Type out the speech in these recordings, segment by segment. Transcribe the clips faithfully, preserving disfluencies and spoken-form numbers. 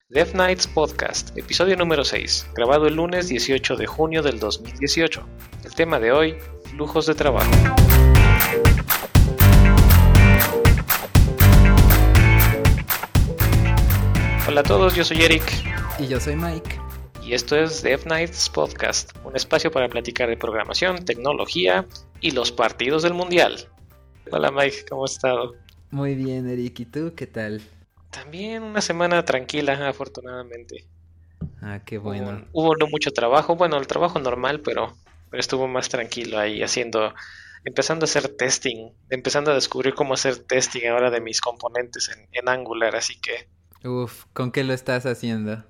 Dev Nights Podcast, episodio número seis, grabado el lunes dieciocho de junio del dos mil dieciocho. El tema de hoy, flujos de trabajo. Hola a todos, yo soy Eric. Y yo soy Mike. Y esto es Dev Nights Podcast, un espacio para platicar de programación, tecnología y los partidos del mundial. Hola Mike, ¿cómo has estado? Muy bien, Eric, ¿y tú qué tal? También una semana tranquila, afortunadamente. Ah, qué bueno. Hubo, hubo no mucho trabajo, bueno, el trabajo normal, pero, pero estuvo más tranquilo ahí haciendo, empezando a hacer testing, empezando a descubrir cómo hacer testing ahora de mis componentes en, en Angular, así que... Uf, ¿con qué lo estás haciendo?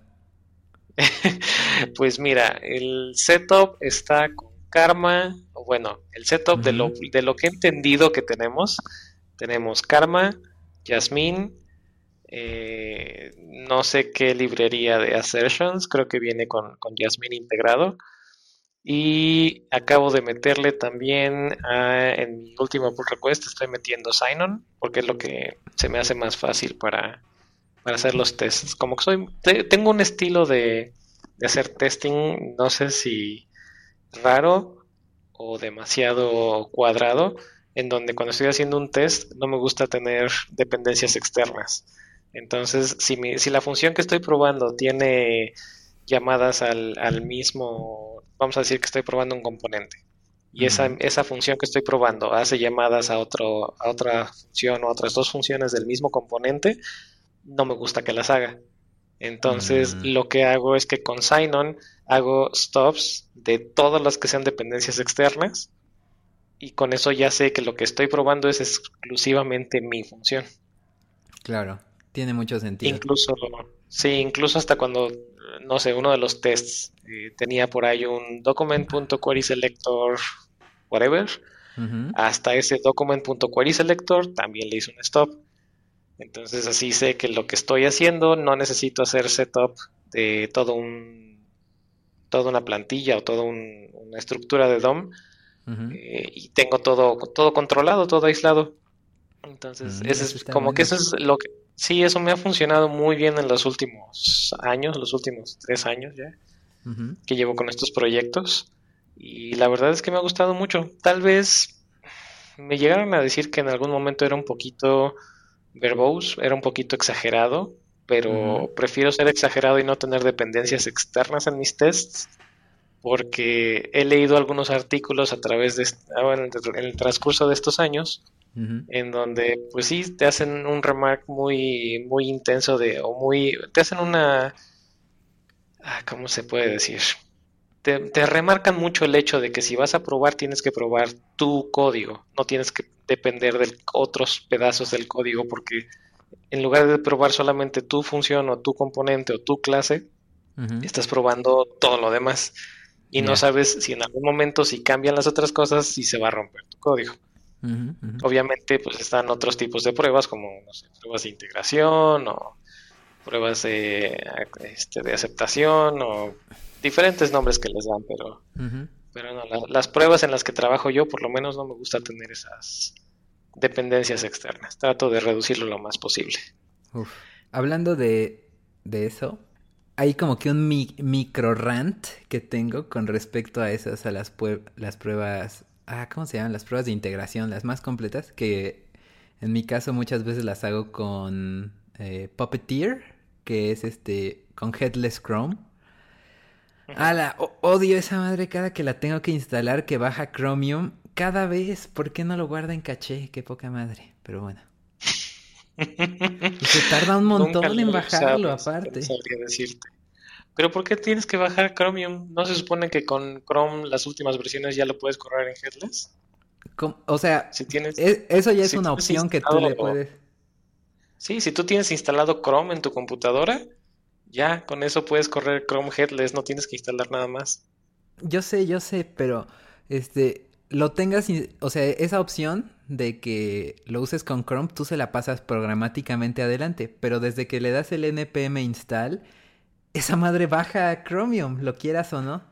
Pues mira, el setup está con Karma, o bueno, el setup uh-huh. de, lo, de lo que he entendido que tenemos, tenemos Karma, Jasmine, eh, no sé qué librería de assertions, creo que viene con, con Jasmine integrado, y acabo de meterle también a, en mi último pull request estoy metiendo Sign-on, porque es lo que se me hace más fácil para, para hacer los tests. Como que soy, te, tengo un estilo de, de hacer testing, no sé si raro o demasiado cuadrado, en donde cuando estoy haciendo un test no me gusta tener dependencias externas. Entonces, si, mi, si la función que estoy probando tiene llamadas al, al mismo, vamos a decir que estoy probando un componente, y uh-huh. esa, esa función que estoy probando hace llamadas a, otro, a otra función o a otras dos funciones del mismo componente, no me gusta que las haga. Entonces, uh-huh. lo que hago es que con Sign-on hago stops de todas las que sean dependencias externas, y con eso ya sé que lo que estoy probando es exclusivamente mi función. Claro, tiene mucho sentido. Incluso, sí, incluso hasta cuando, no sé, uno de los tests eh, tenía por ahí un document.querySelector whatever, uh-huh. hasta ese document.querySelector también le hice un stop. Entonces así sé que lo que estoy haciendo no necesito hacer setup de todo un toda una plantilla o toda un, una estructura de D O M, uh-huh. eh, y tengo todo todo controlado, todo aislado. Entonces, uh-huh. ese es como bueno. que eso es lo que sí, eso me ha funcionado muy bien en los últimos años, los últimos tres años ya, uh-huh. que llevo con estos proyectos, y la verdad es que me ha gustado mucho. Tal vez me llegaron a decir que en algún momento era un poquito verbose, era un poquito exagerado, pero uh-huh. prefiero ser exagerado y no tener dependencias externas en mis tests, porque he leído algunos artículos a través de bueno, en el transcurso de estos años, uh-huh. en donde pues sí te hacen un remark muy muy intenso de o muy te hacen una ¿cómo se puede decir? Te, te remarcan mucho el hecho de que si vas a probar tienes que probar tu código, no tienes que depender de otros pedazos del código, porque en lugar de probar solamente tu función o tu componente o tu clase, uh-huh. estás probando todo lo demás y yeah. no sabes si en algún momento, si cambian las otras cosas, si se va a romper tu código. Uh-huh, uh-huh. Obviamente pues están otros tipos de pruebas, como no sé, pruebas de integración o pruebas de, este, de aceptación o diferentes nombres que les dan, pero uh-huh. pero no, la, las pruebas en las que trabajo yo, por lo menos no me gusta tener esas dependencias externas. Trato de reducirlo lo más posible. Uf. Hablando de, de eso, hay como que un mi, micro rant que tengo con respecto a esas, a las, pue- las pruebas, ah, ¿cómo se llaman? Las pruebas de integración, las más completas, que en mi caso muchas veces las hago con eh, Puppeteer, que es este, con Headless Chrome. ¡Hala! O- odio esa madre cada que la tengo que instalar, que baja Chromium. Cada vez, ¿por qué no lo guarda en caché? Qué poca madre, pero bueno. Y se tarda un montón en bajarlo, aparte. Sabría decirte. Pero ¿por qué tienes que bajar Chromium? ¿No se supone que con Chrome las últimas versiones ya lo puedes correr en Headless? ¿Cómo? O sea, si tienes, es, eso ya es si una opción que tú le puedes... Sí, si tú tienes instalado Chrome en tu computadora, ya con eso puedes correr Chrome Headless, no tienes que instalar nada más. Yo sé, yo sé, pero este... lo tengas, o sea, esa opción de que lo uses con Chrome, tú se la pasas programáticamente adelante, pero desde que le das el npm install, esa madre baja a Chromium, lo quieras o no.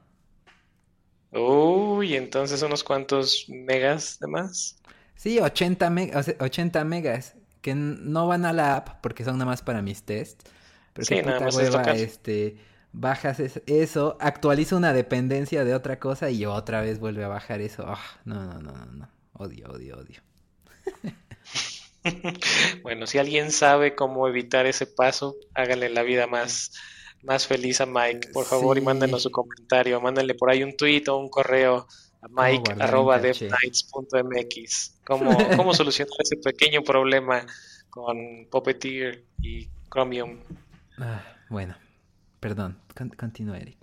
Uy, entonces unos cuantos megas de más. Sí, ochenta, me- o sea, ochenta megas, que no van a la app porque son nada más para mis tests, Pero Sí, qué nada puta más es hueva, tocar. este, bajas es- eso, actualiza una dependencia de otra cosa y otra vez vuelve a bajar eso. Ah, no, no, no, no, no. Odio, odio, odio. Bueno, si alguien sabe cómo evitar ese paso, háganle la vida más, más feliz a Mike, por favor, y Sí, mándenos su comentario. Mándenle por ahí un tweet o un correo a cómo mike guardar en arroba caché. devnights punto m x. ¿Cómo, cómo solucionar ese pequeño problema con Puppeteer y Chromium? Ah, bueno, perdón, con- continúa, Eric.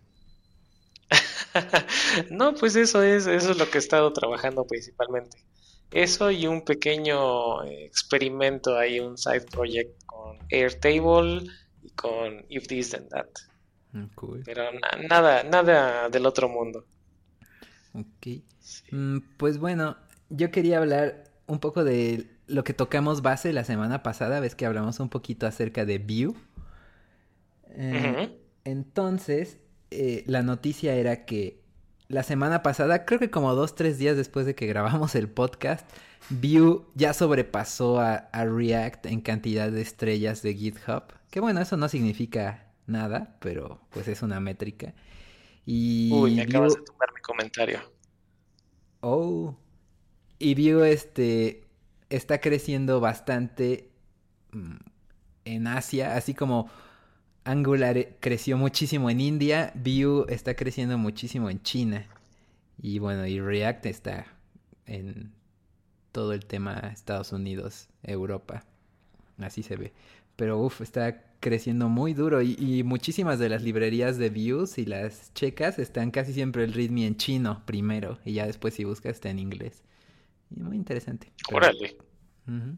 No, pues eso es, eso es lo que he estado trabajando principalmente. Eso y un pequeño eh, experimento ahí, un side project con Airtable y con If This Then That. Mm, cool. Pero na- nada, nada del otro mundo. Ok. Sí. Mm, pues bueno, yo quería hablar un poco de lo que tocamos base la semana pasada, ves que hablamos un poquito acerca de Vue. Eh, Ujú. entonces, eh, la noticia era que la semana pasada, creo que como dos, tres días después de que grabamos el podcast, Vue ya sobrepasó a, a React en cantidad de estrellas de GitHub. Que bueno, eso no significa nada, pero pues es una métrica. Uy, me Y acabas Vue, de tumbar mi comentario. oh, y Vue este está creciendo bastante mm, en Asia, así como Angular eh, creció muchísimo en India, Vue está creciendo muchísimo en China. Y bueno, y React está en todo el tema Estados Unidos, Europa. Así se ve. Pero uff, está creciendo muy duro. Y, y muchísimas de las librerías de Vue, si las checas, están casi siempre el README en chino primero. Y ya después si buscas está en inglés. Y muy interesante. Pero... Órale. ujú.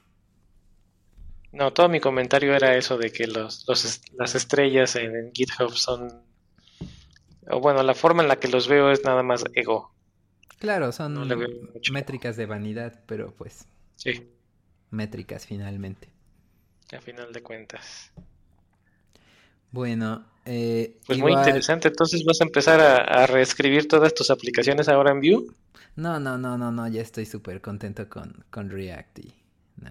No, todo mi comentario era eso de que los, los es- las estrellas en, en GitHub son, o bueno, la forma en la que los veo es nada más ego. Claro, No le veo son mucho. métricas de vanidad, pero pues Sí, métricas finalmente. a final de cuentas. Bueno, eh, Pues muy igual... interesante. Entonces vas a empezar a, a reescribir todas tus aplicaciones ahora en Vue. No, no, no, no, no, ya estoy súper contento con, con React y... No,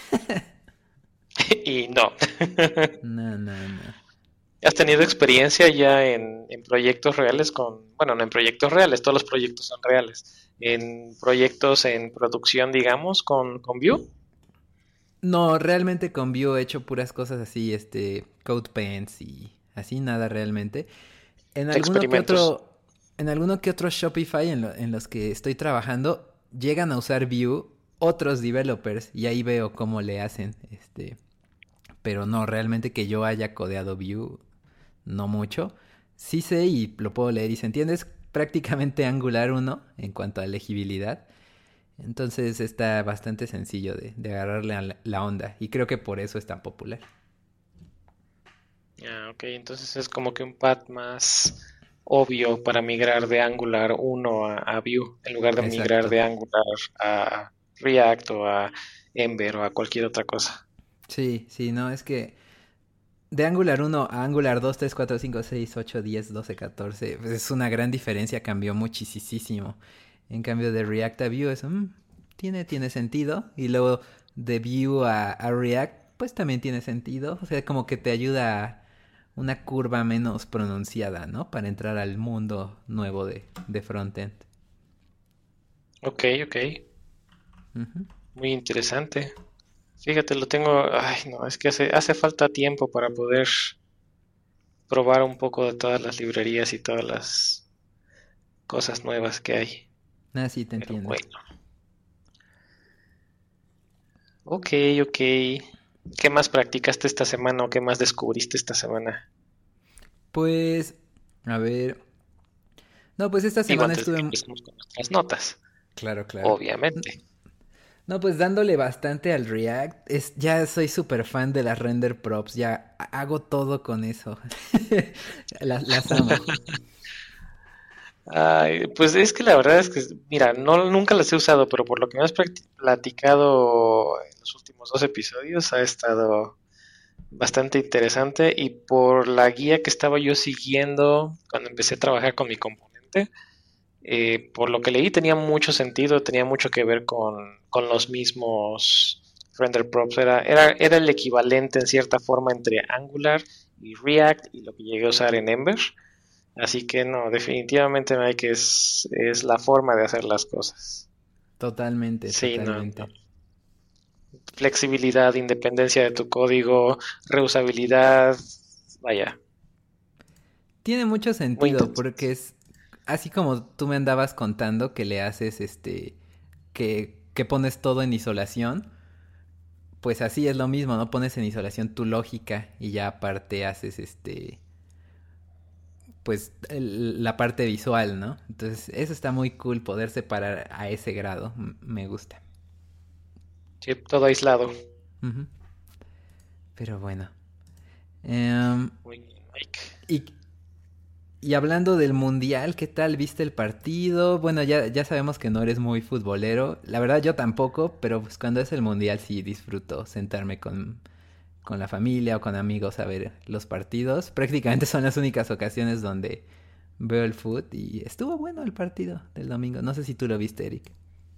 Y no. no, no, no. ¿Has tenido experiencia ya en, en proyectos reales con, bueno, no en proyectos reales, todos los proyectos son reales, en proyectos en producción, digamos, con, con Vue? No, realmente con Vue he hecho puras cosas así, este, CodePens y así, nada realmente. En alguno que Experimentos. otro, en alguno que otro Shopify en, lo- en los que estoy trabajando, llegan a usar Vue otros developers y ahí veo cómo le hacen, este, pero no, realmente que yo haya codeado Vue, no mucho. Sí sé y lo puedo leer y se entiende, es prácticamente Angular uno en cuanto a legibilidad. Entonces está bastante sencillo de, de agarrarle a la, la onda y creo que por eso es tan popular. Ah, ok, entonces es como que un path más obvio para migrar de Angular uno a, a Vue, en lugar de migrar Exacto. de Angular a React o a Ember o a cualquier otra cosa. Sí, sí, no, es que de Angular uno a Angular dos, tres, cuatro, cinco, seis, ocho, diez, doce, catorce, pues es una gran diferencia, cambió muchísimo. En cambio de React a Vue, eso mm, tiene, tiene sentido. Y luego de Vue a, a React, pues también tiene sentido. O sea, como que te ayuda a una curva menos pronunciada, ¿no? Para entrar al mundo nuevo de, de frontend. Ok, ok, Ujú. muy interesante. Fíjate, lo tengo, ay no, es que hace, hace falta tiempo para poder probar un poco de todas las librerías y todas las cosas nuevas que hay. Ah, sí, te Pero entiendo. bueno, ok, ok. ¿Qué más practicaste esta semana o qué más descubriste esta semana? Pues, a ver. No, pues esta Digo, semana antes de que estuve... empecemos con nuestras notas, Claro, claro. obviamente. No, pues dándole bastante al React. Es, ya soy súper fan de las render props. Ya hago todo con eso. las, las amo. Ay, pues es que la verdad es que, mira, no, nunca las he usado, pero por lo que me has practi- platicado en los últimos dos episodios, ha estado bastante interesante y por la guía que estaba yo siguiendo cuando empecé a trabajar con mi componente, eh, por lo que leí tenía mucho sentido, tenía mucho que ver con, con los mismos Render Props era, era, era el equivalente en cierta forma entre Angular y React y lo que llegué a usar en Ember. Así que no, definitivamente Mike es, es la forma de hacer las cosas. Totalmente, Sí, totalmente. no, no. Flexibilidad, independencia de tu código, reusabilidad, vaya. Tiene mucho Muy sentido intenso. porque es así como tú me andabas contando que le haces este que, que pones todo en isolación, pues así es lo mismo, ¿no? Pones en isolación tu lógica y ya aparte haces este pues el- la parte visual, ¿no? Entonces eso está muy cool poder separar a ese grado, m- me gusta. Sí, todo aislado. Ujú. Pero bueno. Em, Muy bien, Mike. y, y hablando del mundial, ¿qué tal viste el partido? Bueno, ya, ya sabemos que no eres muy futbolero. La verdad yo tampoco, pero pues cuando es el mundial sí disfruto sentarme con, con la familia o con amigos a ver los partidos. Prácticamente son las únicas ocasiones donde veo el fútbol y estuvo bueno el partido del domingo. No sé si tú lo viste, Eric.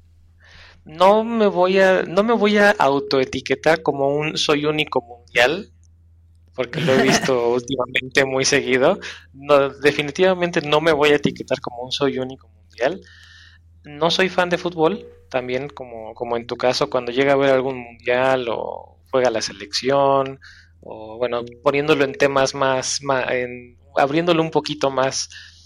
No me voy a, no me voy a autoetiquetar como un soy único mundial, porque lo he visto últimamente muy seguido. No, definitivamente no me voy a etiquetar como un soy único mundial. No soy fan de fútbol, también como, como en tu caso, cuando llega a ver algún mundial o juega la selección, o bueno, poniéndolo en temas más, más en, abriéndolo un poquito más,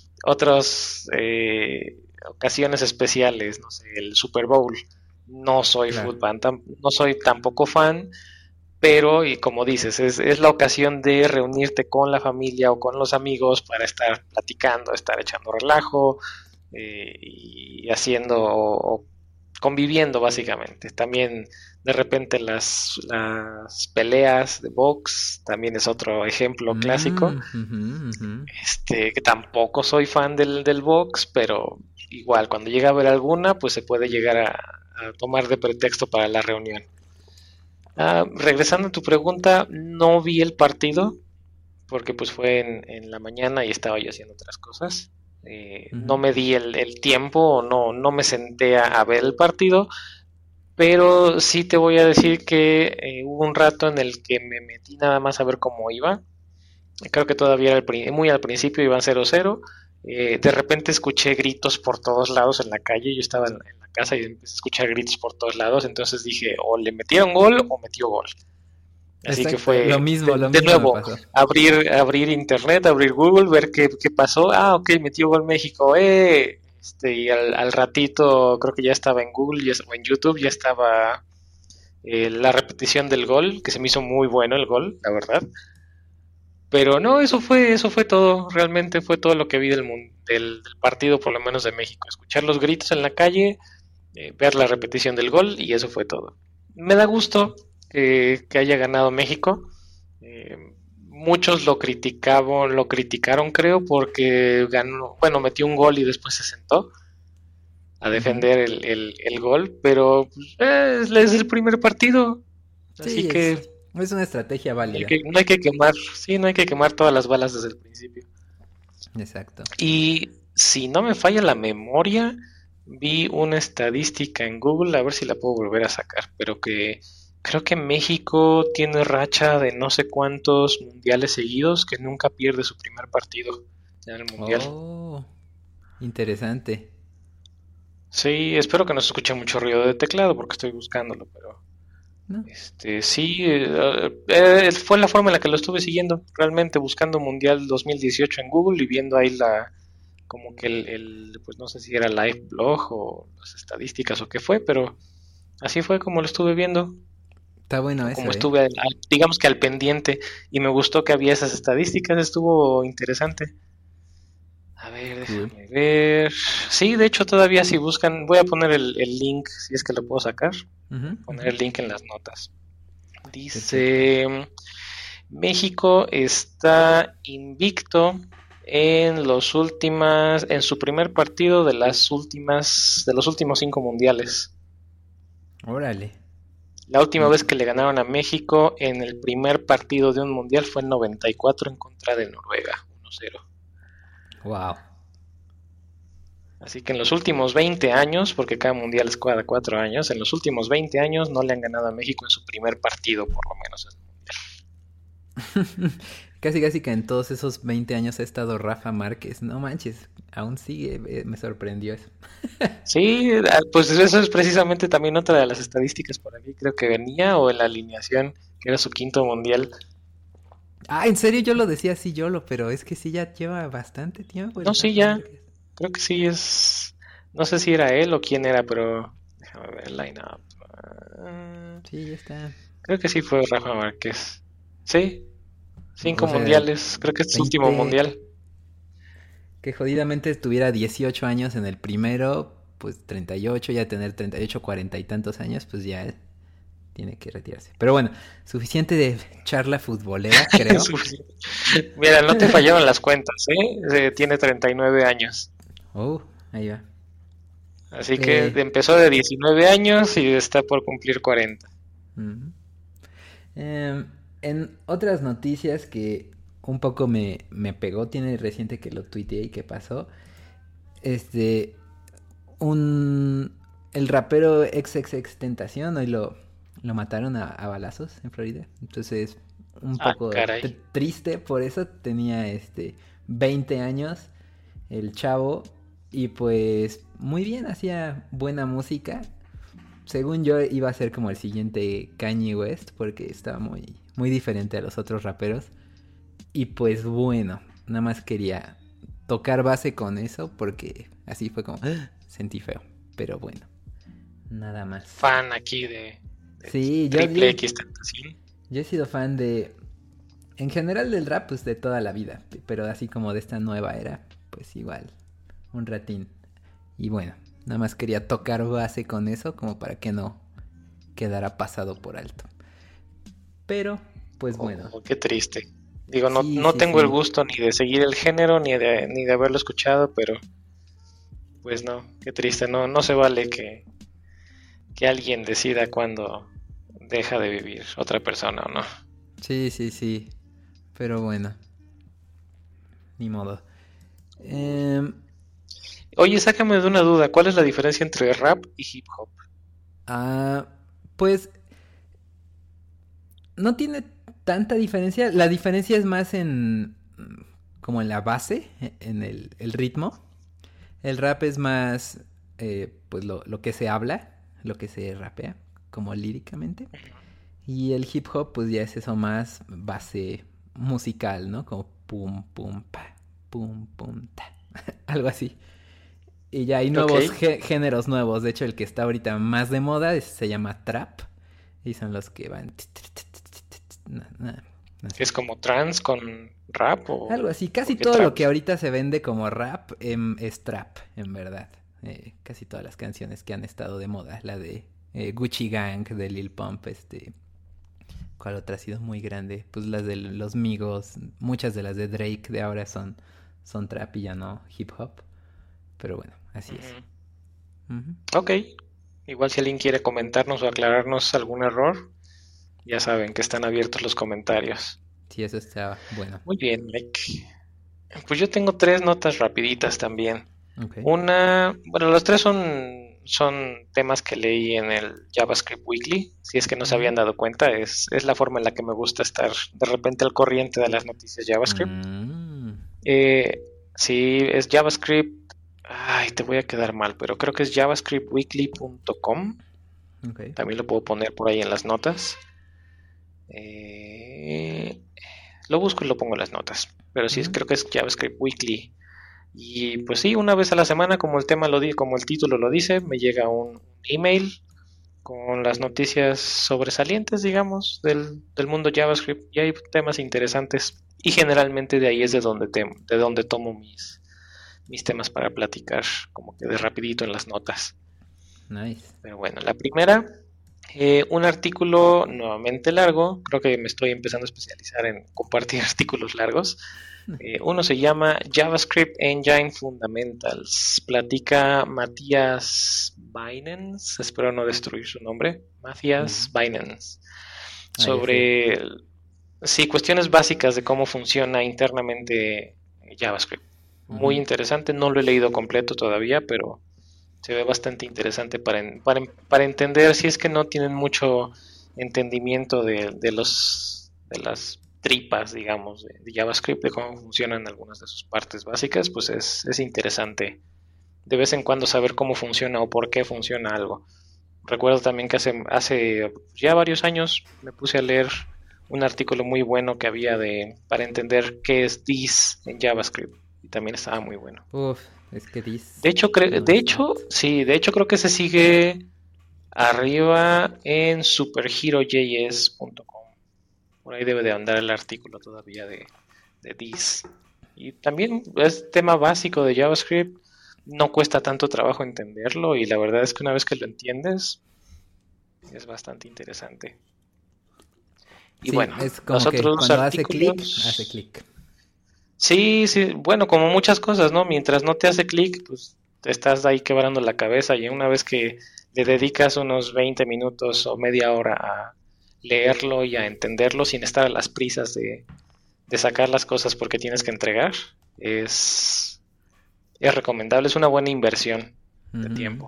otras eh, ocasiones especiales, no sé, el Super Bowl. No soy Claro. fútbol, tam, no soy tampoco fan, pero y como dices, es, es la ocasión de reunirte con la familia o con los amigos para estar platicando, estar echando relajo, eh, y haciendo o, o conviviendo básicamente. También de repente las, las peleas de box también es otro ejemplo clásico. Mm, ujú, ujú. Este, que tampoco soy fan del, del box, pero igual cuando llega a haber alguna, pues se puede llegar a, a tomar de pretexto para la reunión. Ah, regresando a tu pregunta, no vi el partido porque pues fue en, en la mañana y estaba yo haciendo otras cosas. Eh, no Ujú. me di el, el tiempo, no, no me senté a, a ver el partido, pero sí te voy a decir que eh, hubo un rato en el que me metí nada más a ver cómo iba. Creo que todavía era el pri- muy al principio, iban cero cero. Eh, de repente escuché gritos por todos lados en la calle. Yo estaba en, en la casa y empecé a escuchar gritos por todos lados. Entonces dije, o le metieron gol o metió gol. Así que Exacto, lo fue mismo, de, lo de mismo me nuevo pasó. abrir, abrir internet, abrir Google, ver qué, qué pasó. Ah, ok, metió gol México. Eh. Este, y al, al ratito creo que ya estaba en Google ya, o en YouTube, ya estaba eh, la repetición del gol, que se me hizo muy bueno el gol, la verdad. Pero no, eso fue, eso fue todo, realmente fue todo lo que vi del, mun- del, del partido, por lo menos de México. Escuchar los gritos en la calle, eh, ver la repetición del gol y eso fue todo. Me da gusto eh, que haya ganado México. Eh, muchos lo criticaban, lo criticaron creo porque ganó, bueno, metió un gol y después se sentó a Ujú. defender el, el, el gol, pero pues, eh, es, es el primer partido, así Sí, es, que es una estrategia no hay válida. que, no hay que quemar, sí, no hay que quemar todas las balas desde el principio. Exacto. Y si no me falla la memoria, vi una estadística en Google, a ver si la puedo volver a sacar, pero que creo que México tiene racha de no sé cuántos mundiales seguidos que nunca pierde su primer partido en el mundial. Oh, interesante. Sí, espero que no se escuche mucho ruido de teclado porque estoy buscándolo, pero ¿No? este sí, eh, eh, fue la forma en la que lo estuve siguiendo, realmente buscando Mundial dos mil dieciocho en Google y viendo ahí la como que el, el, pues no sé si era live blog o las estadísticas o qué fue, pero así fue como lo estuve viendo, Está bueno o eso, como ¿eh? estuve, al- al- digamos que al pendiente, y me gustó que había esas estadísticas, estuvo interesante. A ver, Cool. déjame ver. Sí, de hecho todavía si buscan, voy a poner el, el link, si es que lo puedo sacar, voy Ujú, a poner ujú. el link en las notas. Perfecto. Dice, México está invicto en los últimas, en su primer partido de las últimas, de los últimos cinco mundiales. Órale. La última Y, vez que le ganaron a México en el primer partido de un mundial fue en noventa y cuatro en contra de Noruega, uno cero. wow. Así que en los últimos veinte años, porque cada mundial es cada cuatro años, en los últimos veinte años no le han ganado a México en su primer partido, por lo menos. Casi casi que en todos esos veinte años ha estado Rafa Márquez. No manches, aún sigue, eh, me sorprendió eso. Sí, ah, pues eso es precisamente también otra de las estadísticas por aquí, creo que venía, o en la alineación, que era su quinto mundial. Ah, en serio yo lo decía así Yolo, pero es que sí ya lleva bastante tiempo el No, sí, Rafa ya, Márquez. creo que sí es, no sé si era él o quién era, pero déjame ver el line-up. Ah, Sí, ya está. creo que sí fue Rafa Márquez. Sí, cinco O sea, mundiales, creo que este es su último veinte, mundial. que jodidamente tuviera dieciocho años en el primero, pues treinta y ocho, ya tener treinta y ocho, cuarenta y tantos años, pues ya tiene que retirarse. Pero bueno, suficiente de charla futbolera, creo. Suficiente. Mira, no te fallaron las cuentas, ¿eh? Eh, Tiene treinta y nueve años. Oh, ahí va. Así que Eh, empezó de diecinueve años y está por cumplir cuarenta. mm, em, en otras noticias que un poco me, me pegó, tiene reciente que lo tuiteé y que pasó, este, un, el rapero ex ex ex Tentación, hoy lo, lo mataron a, a balazos en Florida. Entonces, un Ah, poco caray. tr- triste por eso. Tenía este veinte años el chavo y pues muy bien, hacía buena música. Según yo iba a ser como el siguiente Kanye West porque estaba muy, muy diferente a los otros raperos. Y pues bueno, nada más quería tocar base con eso porque así fue como ¡ah! Sentí feo. Pero bueno, nada más. Fan aquí de, de Sí, yo, yo, Triple X Tentación. yo he sido fan de, en general del rap, pues de toda la vida. Pero así como de esta nueva era, pues igual, un ratín. Y bueno, nada más quería tocar base con eso como para que no quedara pasado por alto. Pero, pues bueno. Oh, qué triste. Digo, no, Sí, no sí, tengo el sí. gusto ni de seguir el género ni de, ni de haberlo escuchado, pero pues no, qué triste. No, no se vale que, que alguien decida cuándo deja de vivir otra persona o no. Sí, sí, sí. Pero bueno, ni modo. Eh, Oye, sácame de una duda. ¿Cuál es la diferencia entre rap y hip hop? ah, pues no tiene tanta diferencia. La diferencia es más en como en la base, en el, el ritmo. El rap es más eh, pues lo, lo que se habla, lo que se rapea, como líricamente. Y el hip hop pues ya es eso más base musical, ¿no? Como pum, pum, pa, pum, pum, ta. Algo así. Y ya hay Ok, nuevos gé- géneros nuevos. De hecho, el que está ahorita más de moda es- se llama trap. Y son los que van... na- na- así. es como trance con rap Algo o así. ¿por Casi qué todo lo trap? que ahorita se vende como rap em, es trap, en verdad. Eh, casi todas las canciones que han estado de moda. La de eh, Gucci Gang, de Lil Pump, este... ¿Cuál otra ha sido muy grande? Pues las de los Migos. Muchas de las de Drake de ahora son, son trap y ya no hip hop. Pero bueno, así es. Ujú. Ujú. Ok, igual si alguien quiere comentarnos o aclararnos algún error, ya saben que están abiertos los comentarios. Sí, eso está bueno. Muy bien, Mike. Pues yo tengo tres notas rapiditas también. Ok. Una, bueno, los tres son, son temas que leí en el JavaScript Weekly. Si es que no se Ujú. habían dado cuenta, es, es la forma en la que me gusta estar de repente al corriente de las noticias JavaScript. Mm, Eh, sí, es JavaScript. Ay, te voy a quedar mal, pero creo que es javascript weekly punto com. ok. También lo puedo poner por ahí en las notas. Eh, lo busco y lo pongo en las notas. Pero sí, es- Ujú. creo que es JavaScript Weekly. Y pues sí, una vez a la semana, como el tema lo di, como el título lo dice, me llega un email con las noticias sobresalientes, digamos, del, del mundo JavaScript. Y hay temas interesantes. Y generalmente de ahí es de donde, te- de donde tomo mis, mis temas para platicar, como que de rapidito en las notas. Nice. Pero bueno, la primera, eh, un artículo nuevamente largo, creo que me estoy empezando a especializar en compartir artículos largos. Eh, uno se llama JavaScript Engine Fundamentals. Platica Matías Binance, espero no destruir su nombre, Matías Ujú. Binance, Ah, ya sé. sobre, sí, cuestiones básicas de cómo funciona internamente JavaScript. muy Ujú. interesante. No lo he leído completo todavía, pero se ve bastante interesante para, en- para, en- para entender si es que no tienen mucho entendimiento de, de los de las tripas, digamos, de, de JavaScript, de cómo funcionan algunas de sus partes básicas, pues es, es interesante de vez en cuando saber cómo funciona o por qué funciona algo. Recuerdo también que hace, hace ya varios años me puse a leer un artículo muy bueno que había de para entender qué es this en JavaScript y también estaba muy bueno. Uf, es que De this hecho, cre- no de es hecho, tanto. sí, de hecho creo que se sigue arriba en superhero punto j s punto com. Por ahí debe de andar el artículo todavía de, de this. Y también es tema básico de JavaScript. No cuesta tanto trabajo entenderlo y la verdad es que una vez que lo entiendes es bastante interesante. Y Sí, bueno, es los como que otros cuando hace clic, hace artículos, clic. sí, sí, bueno, como muchas cosas, ¿no? Mientras no te hace clic, pues te estás ahí quebrando la cabeza y una vez que le dedicas unos veinte minutos o media hora a leerlo y a entenderlo sin estar a las prisas de, de sacar las cosas porque tienes que entregar, es, es recomendable, es una buena inversión de Ujú. tiempo.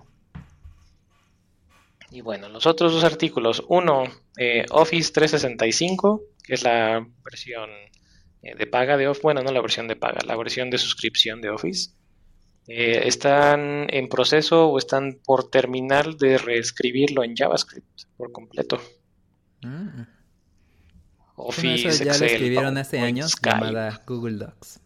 Y bueno, los otros dos artículos, uno, eh, Office trescientos sesenta y cinco, que es la versión eh, de paga de Office, bueno, no la versión de paga, la versión de suscripción de Office. Eh, están en proceso o están por terminar de reescribirlo en JavaScript por completo. Mm. Bueno, eso Office, ya lo Excel, escribieron hace PowerPoint, años, Skype. llamada Google Docs.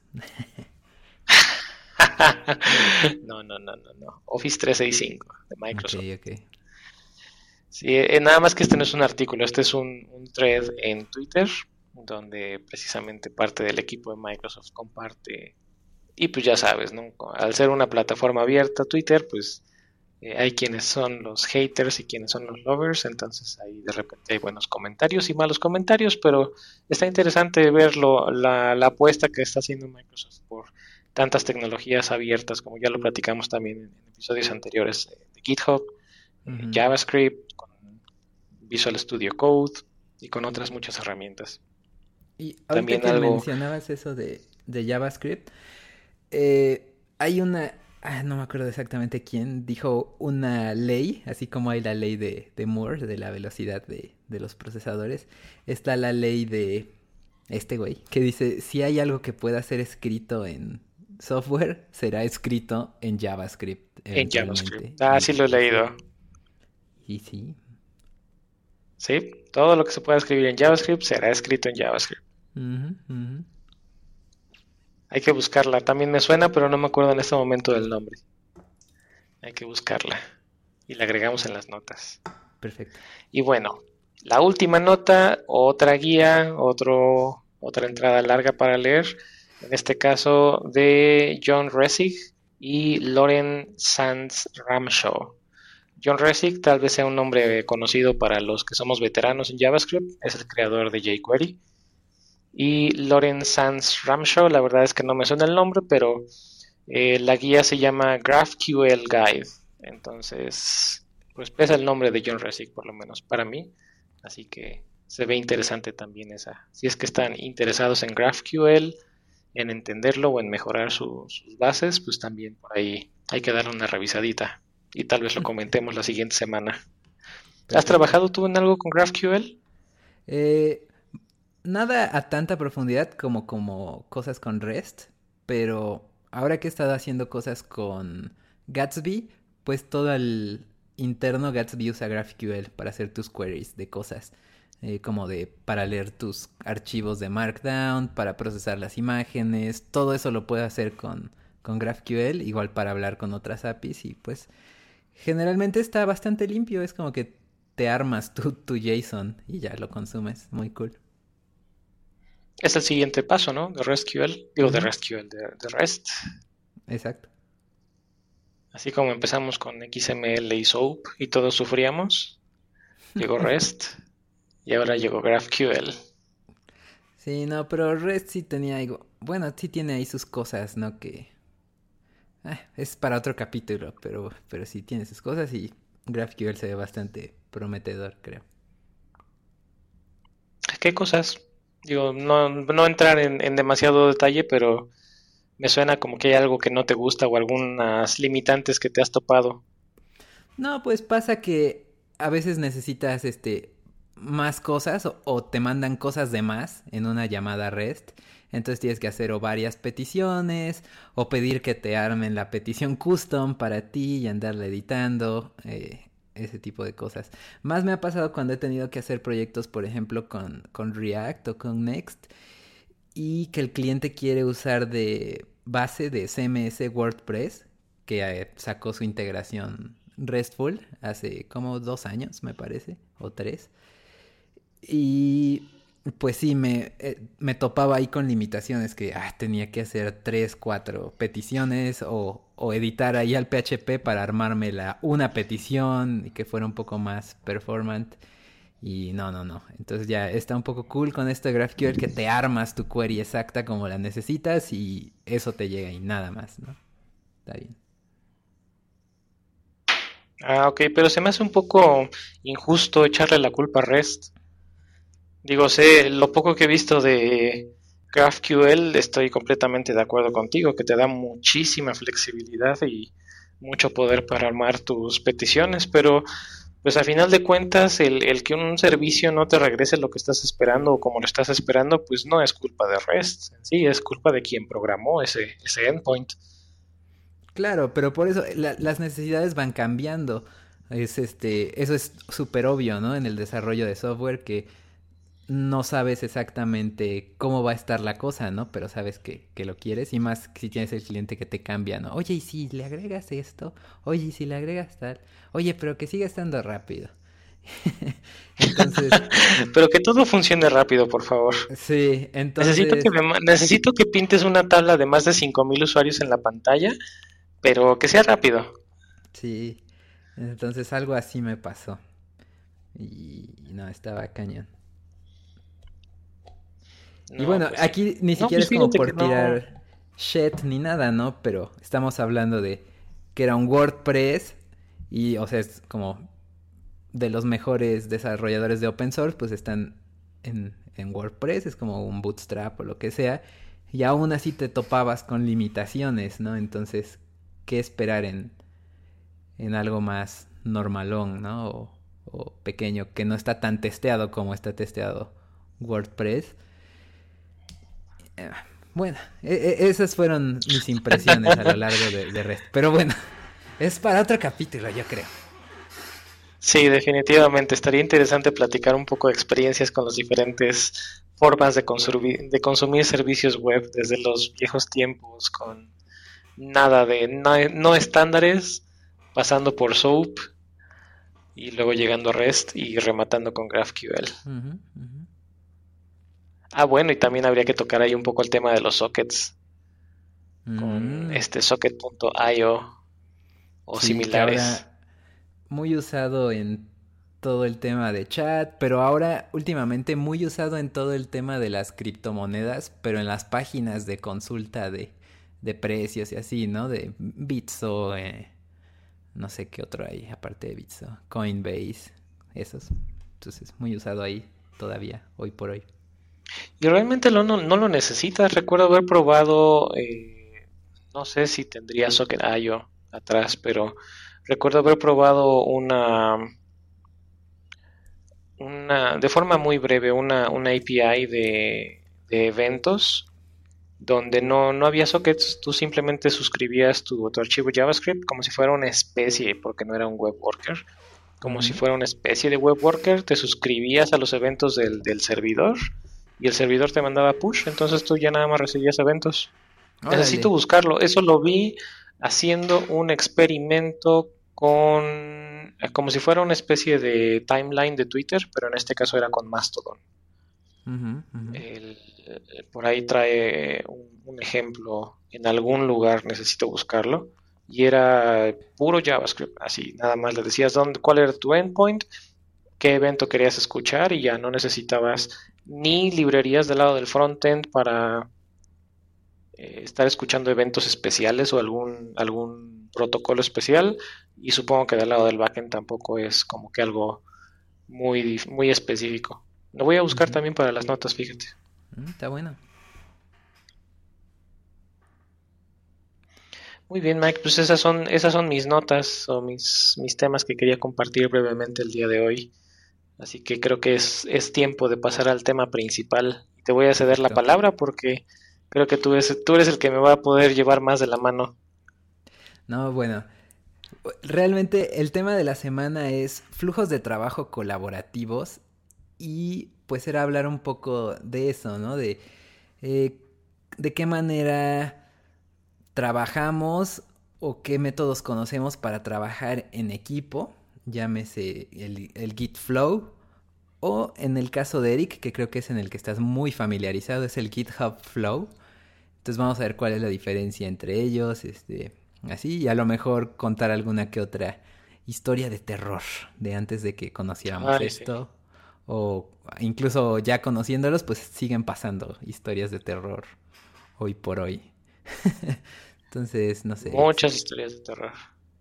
no, no, no, no, no. Office trescientos sesenta y cinco de Ok, Microsoft. ok. Sí, eh, nada más que este no es un artículo, este es un, un thread en Twitter, donde precisamente parte del equipo de Microsoft comparte. Y pues ya sabes, ¿no? Al ser una plataforma abierta, Twitter, pues eh, hay quienes son los haters y quienes son los lovers, entonces ahí de repente hay buenos comentarios y malos comentarios, pero está interesante ver lo- la, la apuesta que está haciendo Microsoft por tantas tecnologías abiertas, como ya lo platicamos también en, en episodios anteriores eh, de GitHub, eh, Ujú. JavaScript, con Visual Studio Code y con otras muchas herramientas. Y ahorita También que algo, mencionabas eso de, de JavaScript, eh, hay una, ah, no me acuerdo exactamente quién, dijo una ley, así como hay la ley de, de Moore, de la velocidad de, de los procesadores, está la ley de este güey, que dice, si hay algo que pueda ser escrito en software, será escrito en JavaScript en JavaScript. eventualmente. Ah, sí Y, lo he y sí, leído. y sí. Sí, todo lo que se pueda escribir en JavaScript será escrito en JavaScript. Ujú, ujú. Hay que buscarla. También me suena, pero no me acuerdo en este momento del nombre. Hay que buscarla. Y la agregamos en las notas. Perfecto. Y bueno, la última nota, otra guía, otro, otra entrada larga para leer. En este caso de John Resig y Loren Sands Ramshaw. John Resig tal vez sea un nombre conocido para los que somos veteranos en JavaScript. Es el creador de jQuery. Y Loren Sands Ramshaw, la verdad es que no me suena el nombre, pero eh, la guía se llama GraphQL Guide. Entonces, pues pesa el nombre de John Resig, por lo menos para mí. Así que se ve interesante también esa. Si es que están interesados en GraphQL, en entenderlo o en mejorar su- sus bases, pues también por ahí hay que darle una revisadita. Y tal vez lo comentemos la siguiente semana. ¿Has Perfecto. trabajado tú en algo con GraphQL? Eh, Nada a tanta profundidad como, como cosas con REST, pero ahora que he estado haciendo cosas con Gatsby, pues todo el interno Gatsby usa GraphQL para hacer tus queries de cosas, eh, como de para leer tus archivos de Markdown, para procesar las imágenes, todo eso lo puedo hacer con, con GraphQL, igual para hablar con otras A P Is y pues generalmente está bastante limpio, es como que te armas tu, tu JSON y ya lo consumes, muy cool. Es el siguiente paso, ¿no? De RESTQL, digo de Ujú. RESTQL, de, de REST. Exacto. Así como empezamos con X M L y SOAP y todos sufríamos, llegó REST y ahora llegó GraphQL. Sí, no, pero Rest sí tenía algo. Bueno, sí tiene ahí sus cosas, ¿no? Que eh, es para otro capítulo, pero, pero sí tiene sus cosas y GraphQL se ve bastante prometedor, creo. ¿Qué cosas? Digo, no, no entrar en, en demasiado detalle, pero Me suena como que hay algo que no te gusta o algunas limitantes que te has topado. No, pues pasa que a veces necesitas este más cosas o, o te mandan cosas de más en una llamada REST. Entonces tienes que hacer o varias peticiones o pedir que te armen la petición custom para ti y andarla editando, eh, ese tipo de cosas. Más me ha pasado cuando he tenido que hacer proyectos, por ejemplo, con, con React o con Next y que el cliente quiere usar de base de C M S WordPress, que eh, sacó su integración RESTful hace como dos años, me parece, o tres. Y pues sí, me, eh, me topaba ahí con limitaciones que ah, tenía que hacer tres, cuatro peticiones o, o editar ahí al P H P para armarme la, una petición y que fuera un poco más performant. Y no, no, no. Entonces ya está un poco cool con esto de GraphQL que te armas tu query exacta como la necesitas y eso te llega y nada más, ¿no? Está bien. Ah, ok, pero se me hace un poco injusto echarle la culpa a REST. Digo, sé, lo poco que he visto de GraphQL, estoy completamente de acuerdo contigo, que te da muchísima flexibilidad y mucho poder para armar tus peticiones, pero pues a final de cuentas, el, el que un servicio no te regrese lo que estás esperando o como lo estás esperando, pues no es culpa de REST, en sí, es culpa de quien programó ese, ese endpoint. Claro, pero por eso la, las necesidades van cambiando. Es este, eso es súper obvio, ¿no? En el desarrollo de software que no sabes exactamente cómo va a estar la cosa, ¿no? Pero sabes que, que lo quieres y más si tienes el cliente que te cambia, ¿no? Oye, ¿y si le agregas esto? Oye, ¿y si le agregas tal? Oye, pero que siga estando rápido. Entonces, Pero que todo funcione rápido, por favor. sí, Necesito que entonces, me, necesito que pintes una tabla de más de cinco mil usuarios en la pantalla, pero que sea rápido. sí, entonces algo así me pasó. Y no, estaba cañón. Y No, bueno, pues sí. aquí ni No, siquiera pues es como fíjate que por no. tirar shit ni nada, ¿no? Pero estamos hablando de que era un WordPress y, o sea, es como de los mejores desarrolladores de open source, pues están en, en WordPress, es como un Bootstrap o lo que sea, y aún así te topabas con limitaciones, ¿no? Entonces, ¿qué esperar en, en algo más normalón, ¿no? O, o pequeño, que no está tan testeado como está testeado WordPress. Eh, Bueno, e e esas fueron mis impresiones a lo largo de, de REST. Pero bueno, es para otro capítulo, yo creo. Sí, definitivamente estaría interesante platicar un poco de experiencias con las diferentes formas de consumir, de consumir servicios web desde los viejos tiempos, con nada de no, no estándares, pasando por SOAP y luego llegando a REST y rematando con GraphQL. Uh -huh, uh -huh. Ah, bueno, y también habría que tocar ahí un poco el tema de los sockets, con Mm, este socket punto io o sí, que similares. ahora muy usado en todo el tema de chat, pero ahora últimamente muy usado en todo el tema de las criptomonedas, pero en las páginas de consulta de, de precios y así, ¿no? De Bitso, eh, no sé qué otro hay aparte de Bitso, Coinbase, esos. Entonces, muy usado ahí todavía, hoy por hoy. Y realmente lo, no, no lo necesitas. Recuerdo haber probado, eh, no sé si tendría socket punto io atrás, pero recuerdo haber probado una, una de forma muy breve, una, una A P I de, de eventos donde no, no había sockets, tú simplemente suscribías tu, tu archivo JavaScript como si fuera una especie, porque no era un web worker, Uh como si -huh. fuera una especie de web worker, te suscribías a los eventos del, del servidor y el servidor te mandaba push, entonces tú ya nada más recibías eventos. Necesito Órale. buscarlo, eso lo vi haciendo un experimento con, como si fuera una especie de timeline de Twitter, pero en este caso era con Mastodon. Uh -huh, uh -huh. El, por ahí trae un, un ejemplo en algún lugar, necesito buscarlo, y era puro JavaScript, así, nada más le decías dónde, cuál era tu endpoint, qué evento querías escuchar y ya no necesitabas ni librerías del lado del frontend para eh, estar escuchando eventos especiales o algún, algún protocolo especial, y supongo que del lado del backend tampoco es como que algo muy, muy específico. Lo voy a Uh buscar -huh. también para las notas, fíjate. Mm, está bueno. Muy bien, Mike, pues esas son, esas son mis notas o mis, mis temas que quería compartir brevemente el día de hoy. Así que creo que es, es tiempo de pasar al tema principal. Te voy a ceder la Perfecto. palabra porque creo que tú eres, tú eres el que me va a poder llevar más de la mano. No, bueno, realmente el tema de la semana es flujos de trabajo colaborativos y pues era hablar un poco de eso, ¿no? De eh, de qué manera trabajamos o qué métodos conocemos para trabajar en equipo, llámese el, el Git Flow, o en el caso de Eric, que creo que es en el que estás muy familiarizado, es el GitHub Flow. Entonces vamos a ver cuál es la diferencia entre ellos, este, así, y a lo mejor contar alguna que otra historia de terror de antes de que conociéramos Ay, sí. esto, o incluso ya conociéndolos, pues siguen pasando historias de terror hoy por hoy. Entonces, no sé, Eric. Muchas historias de terror.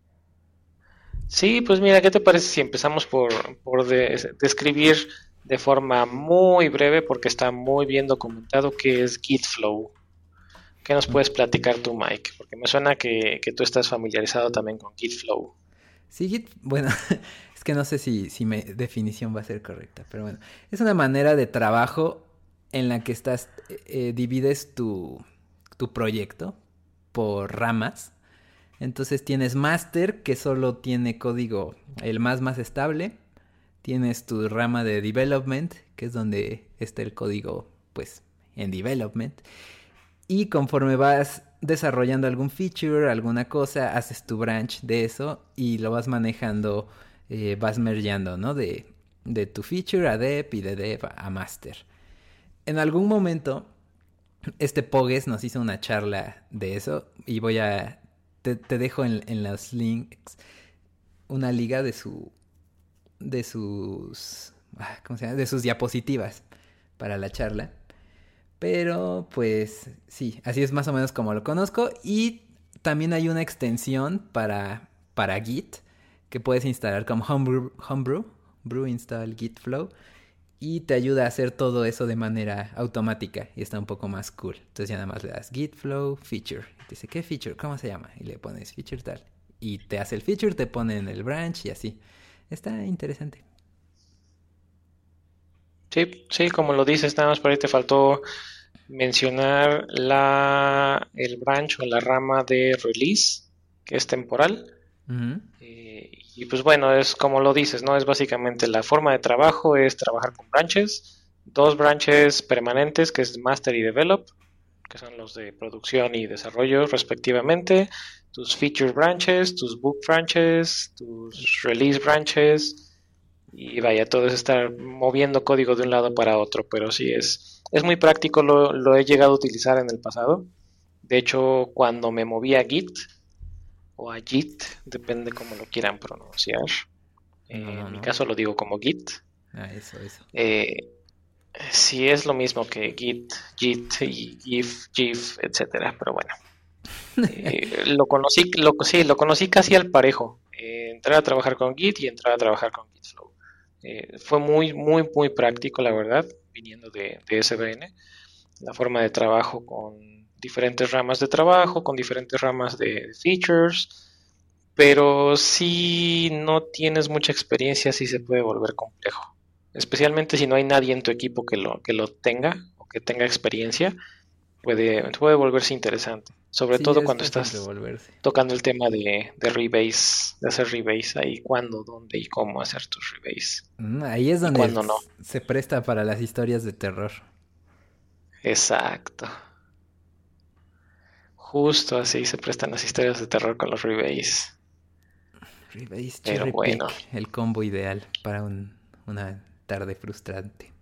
Sí, pues mira, ¿qué te parece si empezamos por, por de- describir de forma muy breve, porque está muy bien documentado, qué es Gitflow? ¿Qué nos puedes platicar tú, Mike? Porque me suena que, que tú estás familiarizado también con Gitflow. Sí, Git, bueno, es que no sé si, si mi definición va a ser correcta, pero bueno, es una manera de trabajo en la que estás, eh, eh, divides tu, tu proyecto por ramas. Entonces tienes master, que solo tiene código el más más estable. Tienes tu rama de development, que es donde está el código, pues, en development. Y conforme vas desarrollando algún feature, alguna cosa, haces tu branch de eso y lo vas manejando, eh, vas mergeando, ¿no? De, de tu feature a dev y de dev a master. En algún momento, este Pogues nos hizo una charla de eso y voy a... Te, te dejo en, en los links una liga de su... de sus... ah, ¿Cómo se llama? De sus diapositivas para la charla. Pero pues sí, así es más o menos como lo conozco. Y también hay una extensión para, para Git que puedes instalar como Homebrew, Homebrew Brew install Git Flow. Y te ayuda a hacer todo eso de manera automática. Y está un poco más cool. Entonces ya nada más le das Git Flow Feature. Y te dice, ¿qué feature? ¿Cómo se llama? Y le pones feature tal. Y te hace el feature, te pone en el branch y así. Está interesante. Sí, sí, como lo dices, nada más por ahí te faltó mencionar la, el branch o la rama de release, que es temporal. Ujú. Eh, y pues bueno, es como lo dices, ¿no? Es básicamente la forma de trabajo, es trabajar con branches, dos branches permanentes, que es master y develop, que son los de producción y desarrollo respectivamente, tus feature branches, tus book branches, tus release branches, y vaya, todo es estar moviendo código de un lado para otro, pero sí es, es muy práctico, lo, lo he llegado a utilizar en el pasado. De hecho, cuando me moví a Git o a Git, depende cómo lo quieran pronunciar. No, Eh, no, en mi no. caso lo digo como Git. Ah, eso, eso. Eh, sí es lo mismo que Git, Git y GIF, GIF, etcétera, pero bueno. Eh, lo conocí, lo, sí, lo conocí casi al parejo. Eh, entrar a trabajar con Git y entrar a trabajar con Gitflow. Eh, fue muy, muy, muy práctico, la verdad, viniendo de, de S V N. La forma de trabajo con diferentes ramas de trabajo, con diferentes ramas de features, pero si no tienes mucha experiencia, sí se puede volver complejo. Especialmente si no hay nadie en tu equipo que lo, que lo tenga o que tenga experiencia, puede, puede volverse interesante. Sobre Sí, todo es cuando fácil estás revolverse. tocando el tema de, de rebase, de hacer rebase ahí, cuándo, dónde y cómo hacer tus rebase. Mm, ahí es Y donde cuándo no. s- se presta para las historias de terror. Exacto. Justo así se prestan las historias de terror con los rebase. Rebase Pero Cherry bueno, Pick, el combo ideal para un, una tarde frustrante.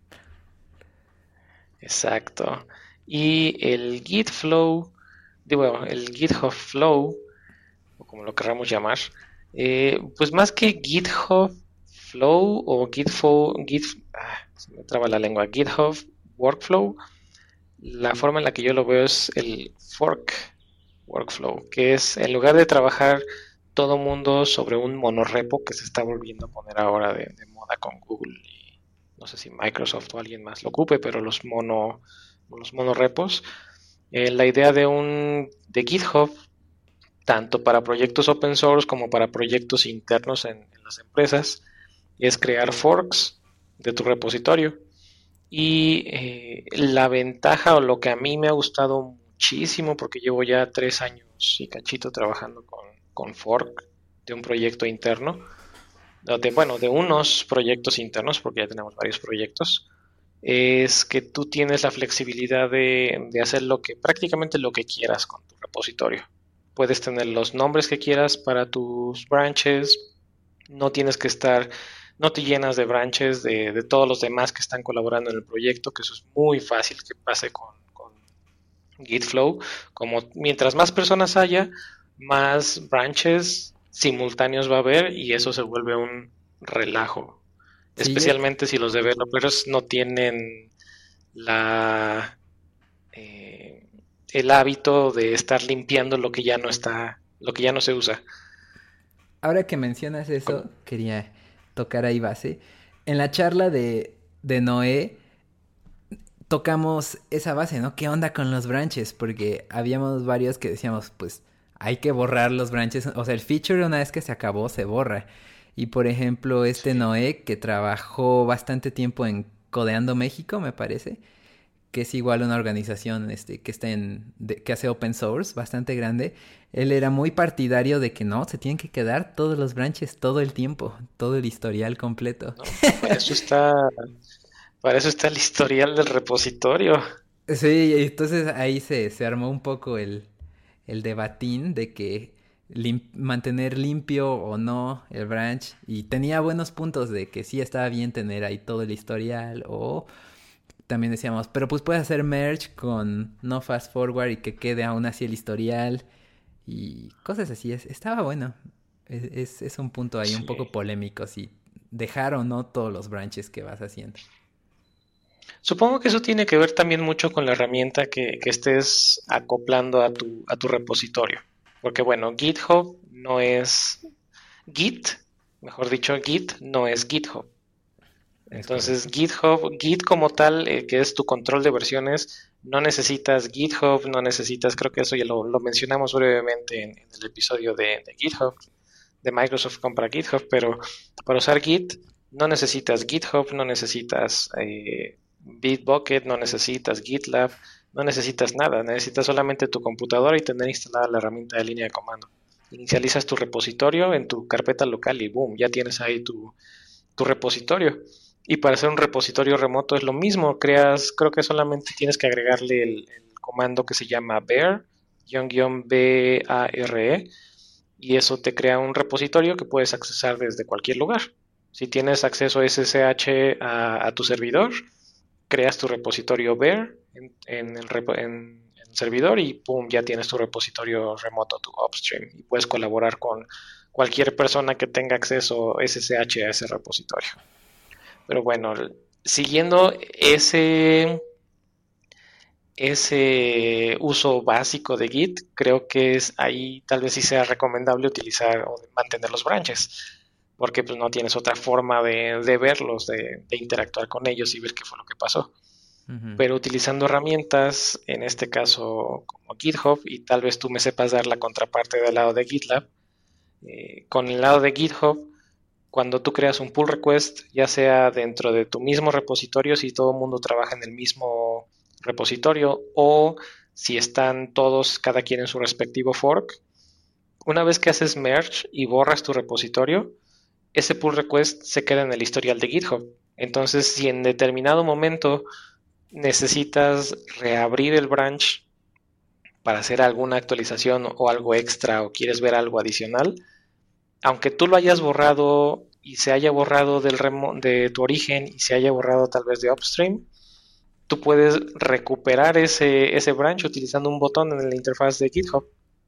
exacto. Y el Git Flow, digo, el GitHub Flow, o como lo querramos llamar, eh, pues más que GitHub Flow o GitFlow, Git, ah, se me traba la lengua, GitHub Workflow, la forma en la que yo lo veo es el fork workflow, que es en lugar de trabajar todo mundo sobre un monorepo que se está volviendo a poner ahora de, de moda con Google y no sé si Microsoft o alguien más lo ocupe, pero los mono los monorepos, eh, la idea de un de GitHub tanto para proyectos open source como para proyectos internos en, en las empresas, es crear forks de tu repositorio. Y eh, la ventaja o lo que a mí me ha gustado muchísimo, porque llevo ya tres años y cachito trabajando con, con fork de un proyecto interno, de, bueno, de unos proyectos internos, porque ya tenemos varios proyectos, es que tú tienes la flexibilidad de, de hacer lo que, prácticamente lo que quieras con tu repositorio. Puedes tener los nombres que quieras para tus branches, no tienes que estar, no te llenas de branches de, de todos los demás que están colaborando en el proyecto, que eso es muy fácil que pase con, con Gitflow. Como mientras más personas haya, más branches simultáneos va a haber y eso se vuelve un relajo. Sí, yo, Especialmente si los developers no tienen la eh, el hábito de estar limpiando lo que ya no está, lo que ya no se usa. ahora que mencionas eso, quería tocar ahí base. En la charla de, de Noé tocamos esa base, ¿no? ¿Qué onda con los branches? Porque habíamos varios que decíamos, pues hay que borrar los branches. O sea, el feature una vez que se acabó se borra. Y por ejemplo, este Sí. Noé que trabajó bastante tiempo en Codeando México, me parece, que es igual una organización este, que está en, de, que hace open source, bastante grande. Él era muy partidario de que no, se tienen que quedar todos los branches todo el tiempo, todo el historial completo. ¿No? Para eso está, para eso está el historial del repositorio. Sí, entonces ahí se, se armó un poco el, el debatín de que lim- mantener limpio o no el branch. Y tenía buenos puntos de que sí estaba bien tener ahí todo el historial. O también decíamos, pero pues puedes hacer merge con no fast forward y que quede aún así el historial. Y cosas así. Es, estaba bueno. Es, es, es un punto ahí un poco Sí. polémico si dejar o no todos los branches que vas haciendo. Supongo que eso tiene que ver también mucho con la herramienta que, que estés acoplando a tu, a tu repositorio. Porque bueno, GitHub no es Git, mejor dicho, Git no es GitHub. Es Entonces, correcto. GitHub, Git como tal, eh, que es tu control de versiones, no necesitas GitHub, no necesitas, creo que eso ya lo, lo mencionamos brevemente en, en el episodio de, de GitHub, de Microsoft compra GitHub, pero para usar Git no necesitas GitHub, no necesitas eh, Bitbucket, no necesitas GitLab, no necesitas nada, necesitas solamente tu computadora y tener instalada la herramienta de línea de comando. Inicializas tu repositorio en tu carpeta local y boom, ya tienes ahí tu, tu repositorio. Y para hacer un repositorio remoto es lo mismo, creas, creo que solamente tienes que agregarle el, el comando que se llama bear, guión B A R E, y eso te crea un repositorio que puedes accesar desde cualquier lugar. Si tienes acceso S S H a, a tu servidor, creas tu repositorio bear en, en el, repo, en, en el servidor y pum, ya tienes tu repositorio remoto, tu upstream, y puedes colaborar con cualquier persona que tenga acceso S S H a ese repositorio. Pero bueno, siguiendo ese, ese uso básico de Git, creo que es ahí tal vez sí sea recomendable utilizar o mantener los branches, porque pues no tienes otra forma de, de verlos, de, de, interactuar con ellos y ver qué fue lo que pasó. Ujú. Pero utilizando herramientas, en este caso como GitHub, y tal vez tú me sepas dar la contraparte del lado de GitLab, eh, con el lado de GitHub, cuando tú creas un pull request, ya sea dentro de tu mismo repositorio, si todo el mundo trabaja en el mismo repositorio, o si están todos, cada quien en su respectivo fork, una vez que haces merge y borras tu repositorio, ese pull request se queda en el historial de GitHub. Entonces, si en determinado momento necesitas reabrir el branch para hacer alguna actualización o algo extra o quieres ver algo adicional, aunque tú lo hayas borrado y se haya borrado del remo de tu origen y se haya borrado tal vez de upstream, tú puedes recuperar ese, ese branch utilizando un botón en la interfaz de GitHub.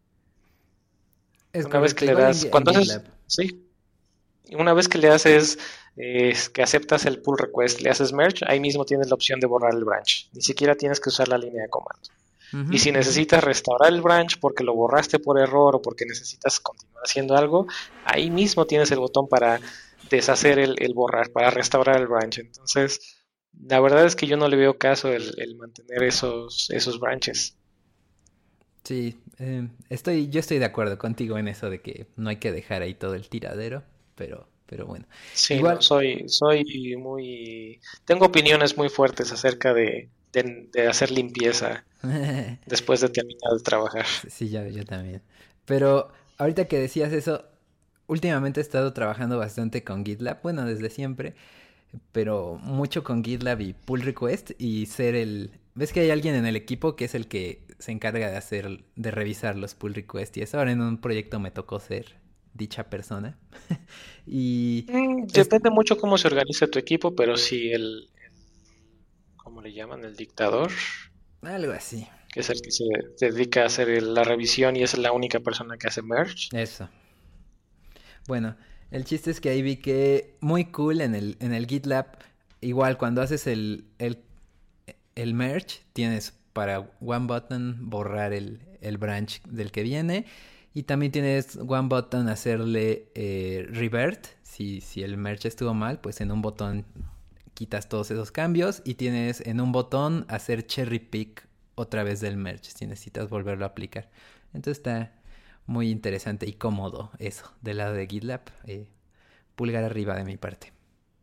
Es Una vez correcto, que le igual en, das, en cuando haces, GitLab. sí, una vez que le haces, eh, que aceptas el pull request, le haces merge, ahí mismo tienes la opción de borrar el branch. Ni siquiera tienes que usar la línea de comando. Y Ujú, si ujú. necesitas restaurar el branch porque lo borraste por error o porque necesitas continuar haciendo algo, ahí mismo tienes el botón para deshacer el, el borrar, para restaurar el branch. Entonces, la verdad es que yo no le veo caso el, el mantener esos, esos branches. Sí, eh, estoy, yo estoy de acuerdo contigo en eso de que no hay que dejar ahí todo el tiradero, pero, pero bueno. Sí, no, Igual, soy, soy muy... Tengo opiniones muy fuertes acerca de, de, de hacer limpieza después de terminar de trabajar. sí, yo, yo también. Pero ahorita que decías eso, últimamente he estado trabajando bastante con GitLab, bueno, desde siempre, pero mucho con GitLab y pull request y ser el... ¿Ves que hay alguien en el equipo que es el que se encarga de hacer, de revisar los pull requests? Y eso ahora en un proyecto me tocó ser dicha persona. Y Mm, es depende mucho cómo se organiza tu equipo, pero sí el, ¿cómo le llaman? El dictador, algo así. que es el que se dedica a hacer el- la revisión y es la única persona que hace merge. Eso. Bueno, el chiste es que ahí vi que muy cool en el, en el GitLab, igual cuando haces el, el, el merge, tienes para one button borrar el, el branch del que viene y también tienes one button hacerle eh, revert, si, si el merge estuvo mal, pues en un botón quitas todos esos cambios y tienes en un botón hacer cherry pick otra vez del merge si necesitas volverlo a aplicar. Entonces está muy interesante y cómodo eso del lado de GitLab. Eh, pulgar arriba de mi parte.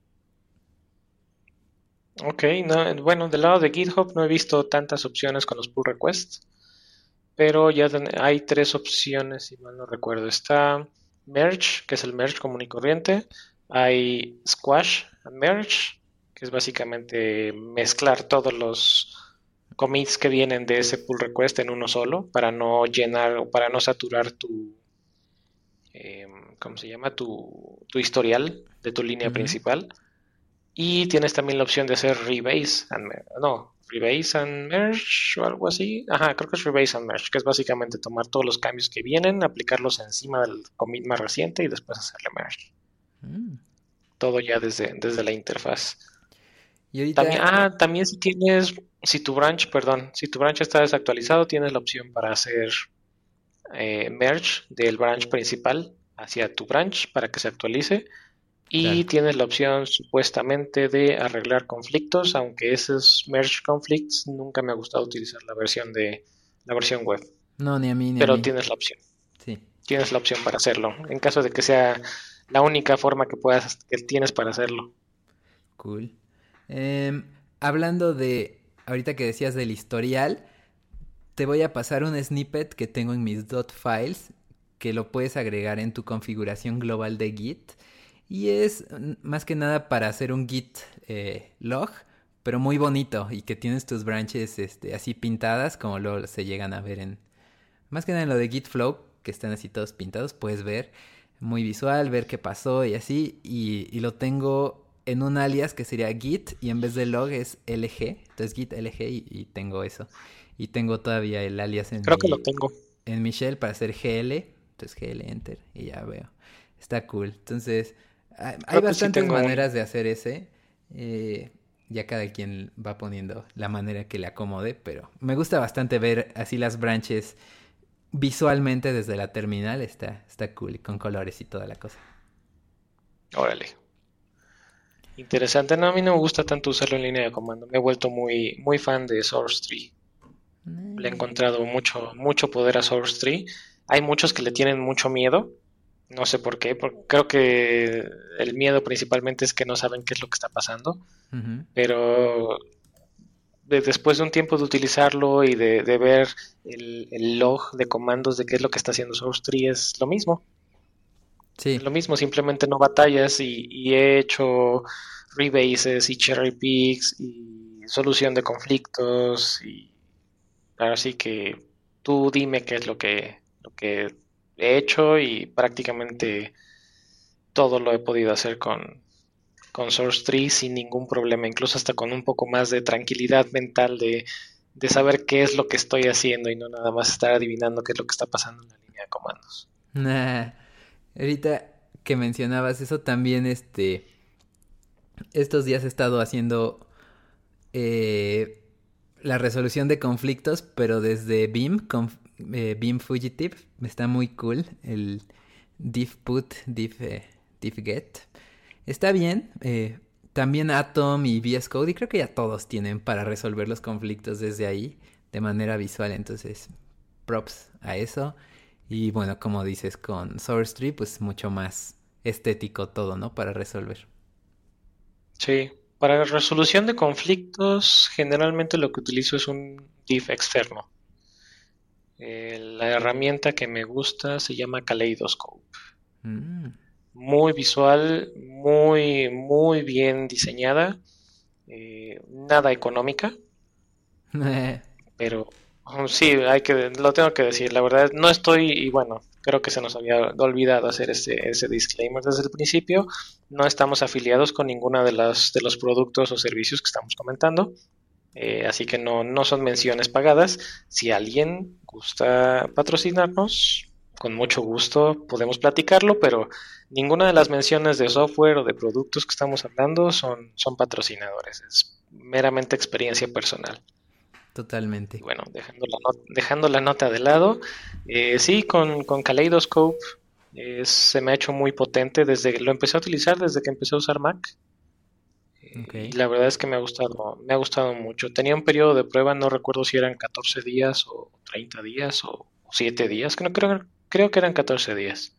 Ok, no, bueno, del lado de GitHub no he visto tantas opciones con los pull requests, pero ya ten- hay tres opciones, si mal no recuerdo. Está merge, que es el merge común y corriente. Hay squash and merge, que es básicamente mezclar todos los commits que vienen de ese pull request en uno solo para no llenar o para no saturar tu, eh, ¿cómo se llama? Tu, tu historial de tu línea Ujú. principal. Y tienes también la opción de hacer rebase and merge. No, rebase and merge o algo así. Ajá, creo que es rebase and merge, que es básicamente tomar todos los cambios que vienen, aplicarlos encima del commit más reciente y después hacerle merge. Mm. Todo ya desde, desde la interfaz. Y También, ahorita, ah, también si tienes, si tu branch, perdón, si tu branch está desactualizado, tienes la opción para hacer eh, merge del branch principal hacia tu branch para que se actualice. Y claro. tienes la opción supuestamente de arreglar conflictos, aunque esos merge conflicts nunca me ha gustado utilizar la versión de la versión web, No, ni a mí ni a pero mí. tienes la opción. Sí, Tienes la opción para hacerlo, en caso de que sea la única forma que puedas que tienes para hacerlo. cool. Em, hablando de, ahorita que decías del historial, te voy a pasar un snippet que tengo en mis dot files que lo puedes agregar en tu configuración global de Git. Y es mm, más que nada para hacer un Git eh, log, pero muy bonito y que tienes tus branches este, así pintadas como luego se llegan a ver en... Más que nada en lo de Git Flow, que están así todos pintados, puedes ver muy visual, ver qué pasó y así. Y, y lo tengo en un alias que sería Git y en vez de log es L G. Entonces Git L G y, y tengo eso. Y tengo todavía el alias en Creo que lo mi, tengo. en mi shell para hacer G L. Entonces G L enter y ya veo. Está cool. Entonces hay, hay Creo que sí bastantes tengo uno. maneras de hacer ese. Eh, ya cada quien va poniendo la manera que le acomode, pero me gusta bastante ver así las branches visualmente desde la terminal. Está, está cool y con colores y toda la cosa. Órale. Interesante. No, a mí no me gusta tanto usarlo en línea de comando. Me he vuelto muy, muy fan de SourceTree. Le he Eh, encontrado mucho, mucho poder a SourceTree. Hay muchos que le tienen mucho miedo. No sé por qué, porque creo que el miedo principalmente es que no saben qué es lo que está pasando, ujú. pero de- después de un tiempo de utilizarlo y de, de ver el, el log de comandos de qué es lo que está haciendo SourceTree es lo mismo, es Sí, lo mismo, simplemente no batallas y, y he hecho rebases y cherry picks y solución de conflictos y ahora sí que tú dime qué es lo que, lo que he hecho y prácticamente todo lo he podido hacer con, con SourceTree sin ningún problema, incluso hasta con un poco más de tranquilidad mental de, de saber qué es lo que estoy haciendo y no nada más estar adivinando qué es lo que está pasando en la línea de comandos. nah. Ahorita que mencionabas eso también, este, estos días he estado haciendo eh, la resolución de conflictos, pero desde Beam, con eh, Beam Fugitive. Está muy cool. El diff put, diff, eh, diff get. Está bien. Eh, también Atom y V S Code. Y creo que ya todos tienen para resolver los conflictos desde ahí. De manera visual. Entonces, props a eso. Y bueno, como dices, con SourceTree, pues mucho más estético todo, ¿no? Para resolver. Sí, para resolución de conflictos, generalmente lo que utilizo es un div externo. Eh, la herramienta que me gusta se llama Kaleidoscope. Mm. Muy visual, muy, muy bien diseñada, eh, nada económica, pero um, sí, hay que, lo tengo que decir, la verdad, no estoy, y bueno, creo que se nos había olvidado hacer ese, ese disclaimer desde el principio, no estamos afiliados con ninguna de las, de los productos o servicios que estamos comentando, eh, así que no, no son menciones pagadas. Si alguien gusta patrocinarnos, con mucho gusto podemos platicarlo, pero ninguna de las menciones de software o de productos que estamos hablando son, son patrocinadores, es meramente experiencia personal. Y Totalmente. bueno, dejando la, not- dejando la nota de lado, eh, sí, con, con Kaleidoscope eh, se me ha hecho muy potente desde lo empecé a utilizar desde que empecé a usar Mac. Eh, Ok. y la verdad es que me ha gustado, me ha gustado mucho. Tenía un periodo de prueba, no recuerdo si eran catorce días o treinta días o siete días, que no creo, creo que eran catorce días.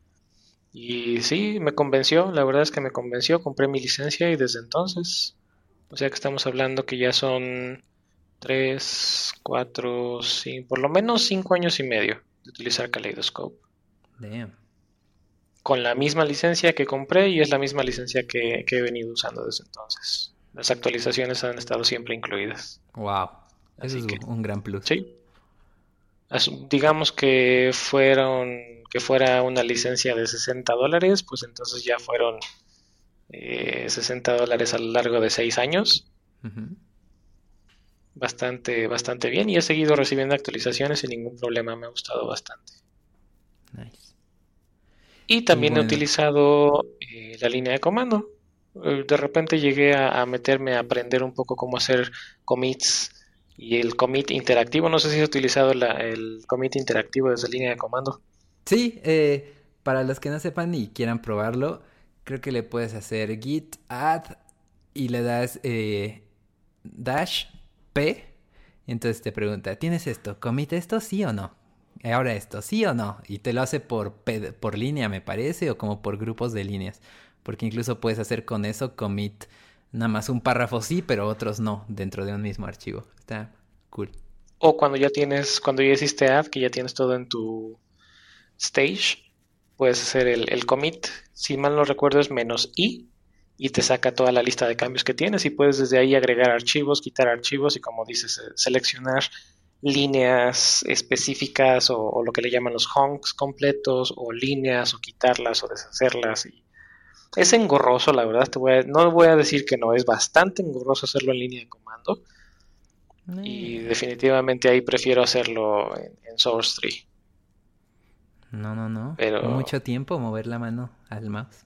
Y sí, me convenció, la verdad es que me convenció, compré mi licencia y desde entonces, o sea que estamos hablando que ya son tres, cuatro, cinco, por lo menos cinco años y medio de utilizar Kaleidoscope. Damn. Con la misma licencia que compré y es la misma licencia que, que he venido usando desde entonces. Las actualizaciones han estado siempre incluidas. Wow. Eso Así es que, un gran plus. sí, as- digamos que fueron, que fuera una licencia de sesenta dólares, pues entonces ya fueron eh, sesenta dólares a lo largo de seis años. Ujú. Bastante, bastante bien y he seguido recibiendo actualizaciones sin ningún problema, me ha gustado bastante. Nice. Y Y también he bueno, utilizado eh, la línea de comando. Eh, De repente llegué a, a meterme a aprender un poco cómo hacer commits y el commit interactivo. No sé si has utilizado la- el commit interactivo desde línea de comando. sí, eh, para los que no sepan y quieran probarlo, creo que le puedes hacer git add y le das eh, dash p. Entonces te pregunta, ¿tienes esto? ¿Commit esto? ¿Sí o no? Ahora esto, ¿sí o no? Y te lo hace por, pe- por línea, me parece, o como por grupos de líneas. Porque incluso puedes hacer con eso commit nada más un párrafo sí, pero otros no, dentro de un mismo archivo. Está cool. O cuando ya tienes, cuando ya hiciste add, que ya tienes todo en tu stage, puedes hacer el, el commit. Si mal no recuerdo es menos i y te saca toda la lista de cambios que tienes y puedes desde ahí agregar archivos, quitar archivos y como dices, eh, seleccionar líneas específicas o, o lo que le llaman los honks completos o líneas o quitarlas o deshacerlas. Y es engorroso, la verdad, te voy a- no voy a decir que no, es bastante engorroso hacerlo en línea de comando y Eh, definitivamente ahí prefiero hacerlo en, en SourceTree. no, no, no. Pero, Mucho tiempo mover la mano al mouse.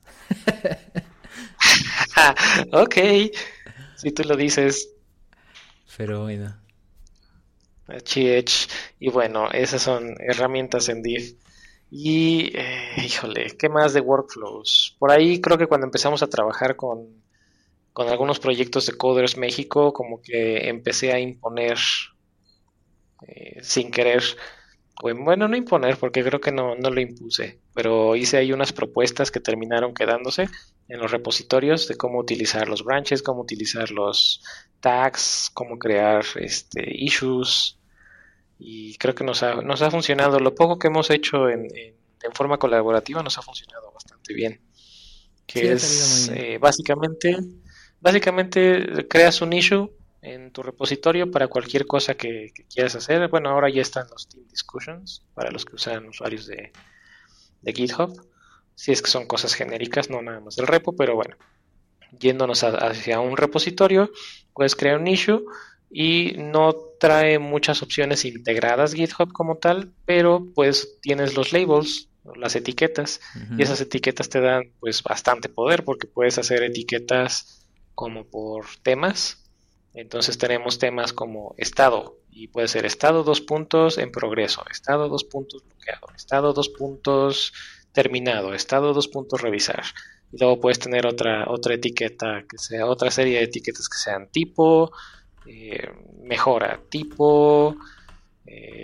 ok, si tú lo dices, Pero bueno. H H, y bueno, esas son herramientas en div. Y, eh, híjole, ¿qué más de workflows? Por ahí creo que cuando empezamos a trabajar con, con algunos proyectos de Coders México, como que empecé a imponer eh, sin querer, o en- bueno, no imponer, porque creo que no, no lo impuse, pero hice ahí unas propuestas que terminaron quedándose en los repositorios de cómo utilizar los branches, cómo utilizar los tags, cómo crear este, issues, y creo que nos ha, nos ha funcionado. Lo poco que hemos hecho en, en, en forma colaborativa nos ha funcionado bastante bien, Sí, que ha salido muy es bien. eh, básicamente, básicamente creas un issue en tu repositorio para cualquier cosa que, que quieras hacer. Bueno, ahora ya están los Team Discussions para los que usan usuarios de, de GitHub. Si es que son cosas genéricas, no nada más del repo, pero bueno, yéndonos a, hacia un repositorio, puedes crear un issue y no trae muchas opciones integradas GitHub como tal, pero pues tienes los labels, las etiquetas, y Ujú. esas etiquetas te dan pues bastante poder porque puedes hacer etiquetas como por temas. Entonces tenemos temas como estado y puede ser estado dos puntos en progreso, estado dos puntos bloqueado, estado dos puntos terminado, estado dos puntos revisar. Y luego puedes tener otra, otra etiqueta que sea, otra serie de etiquetas que sean tipo, eh, mejora, tipo, eh,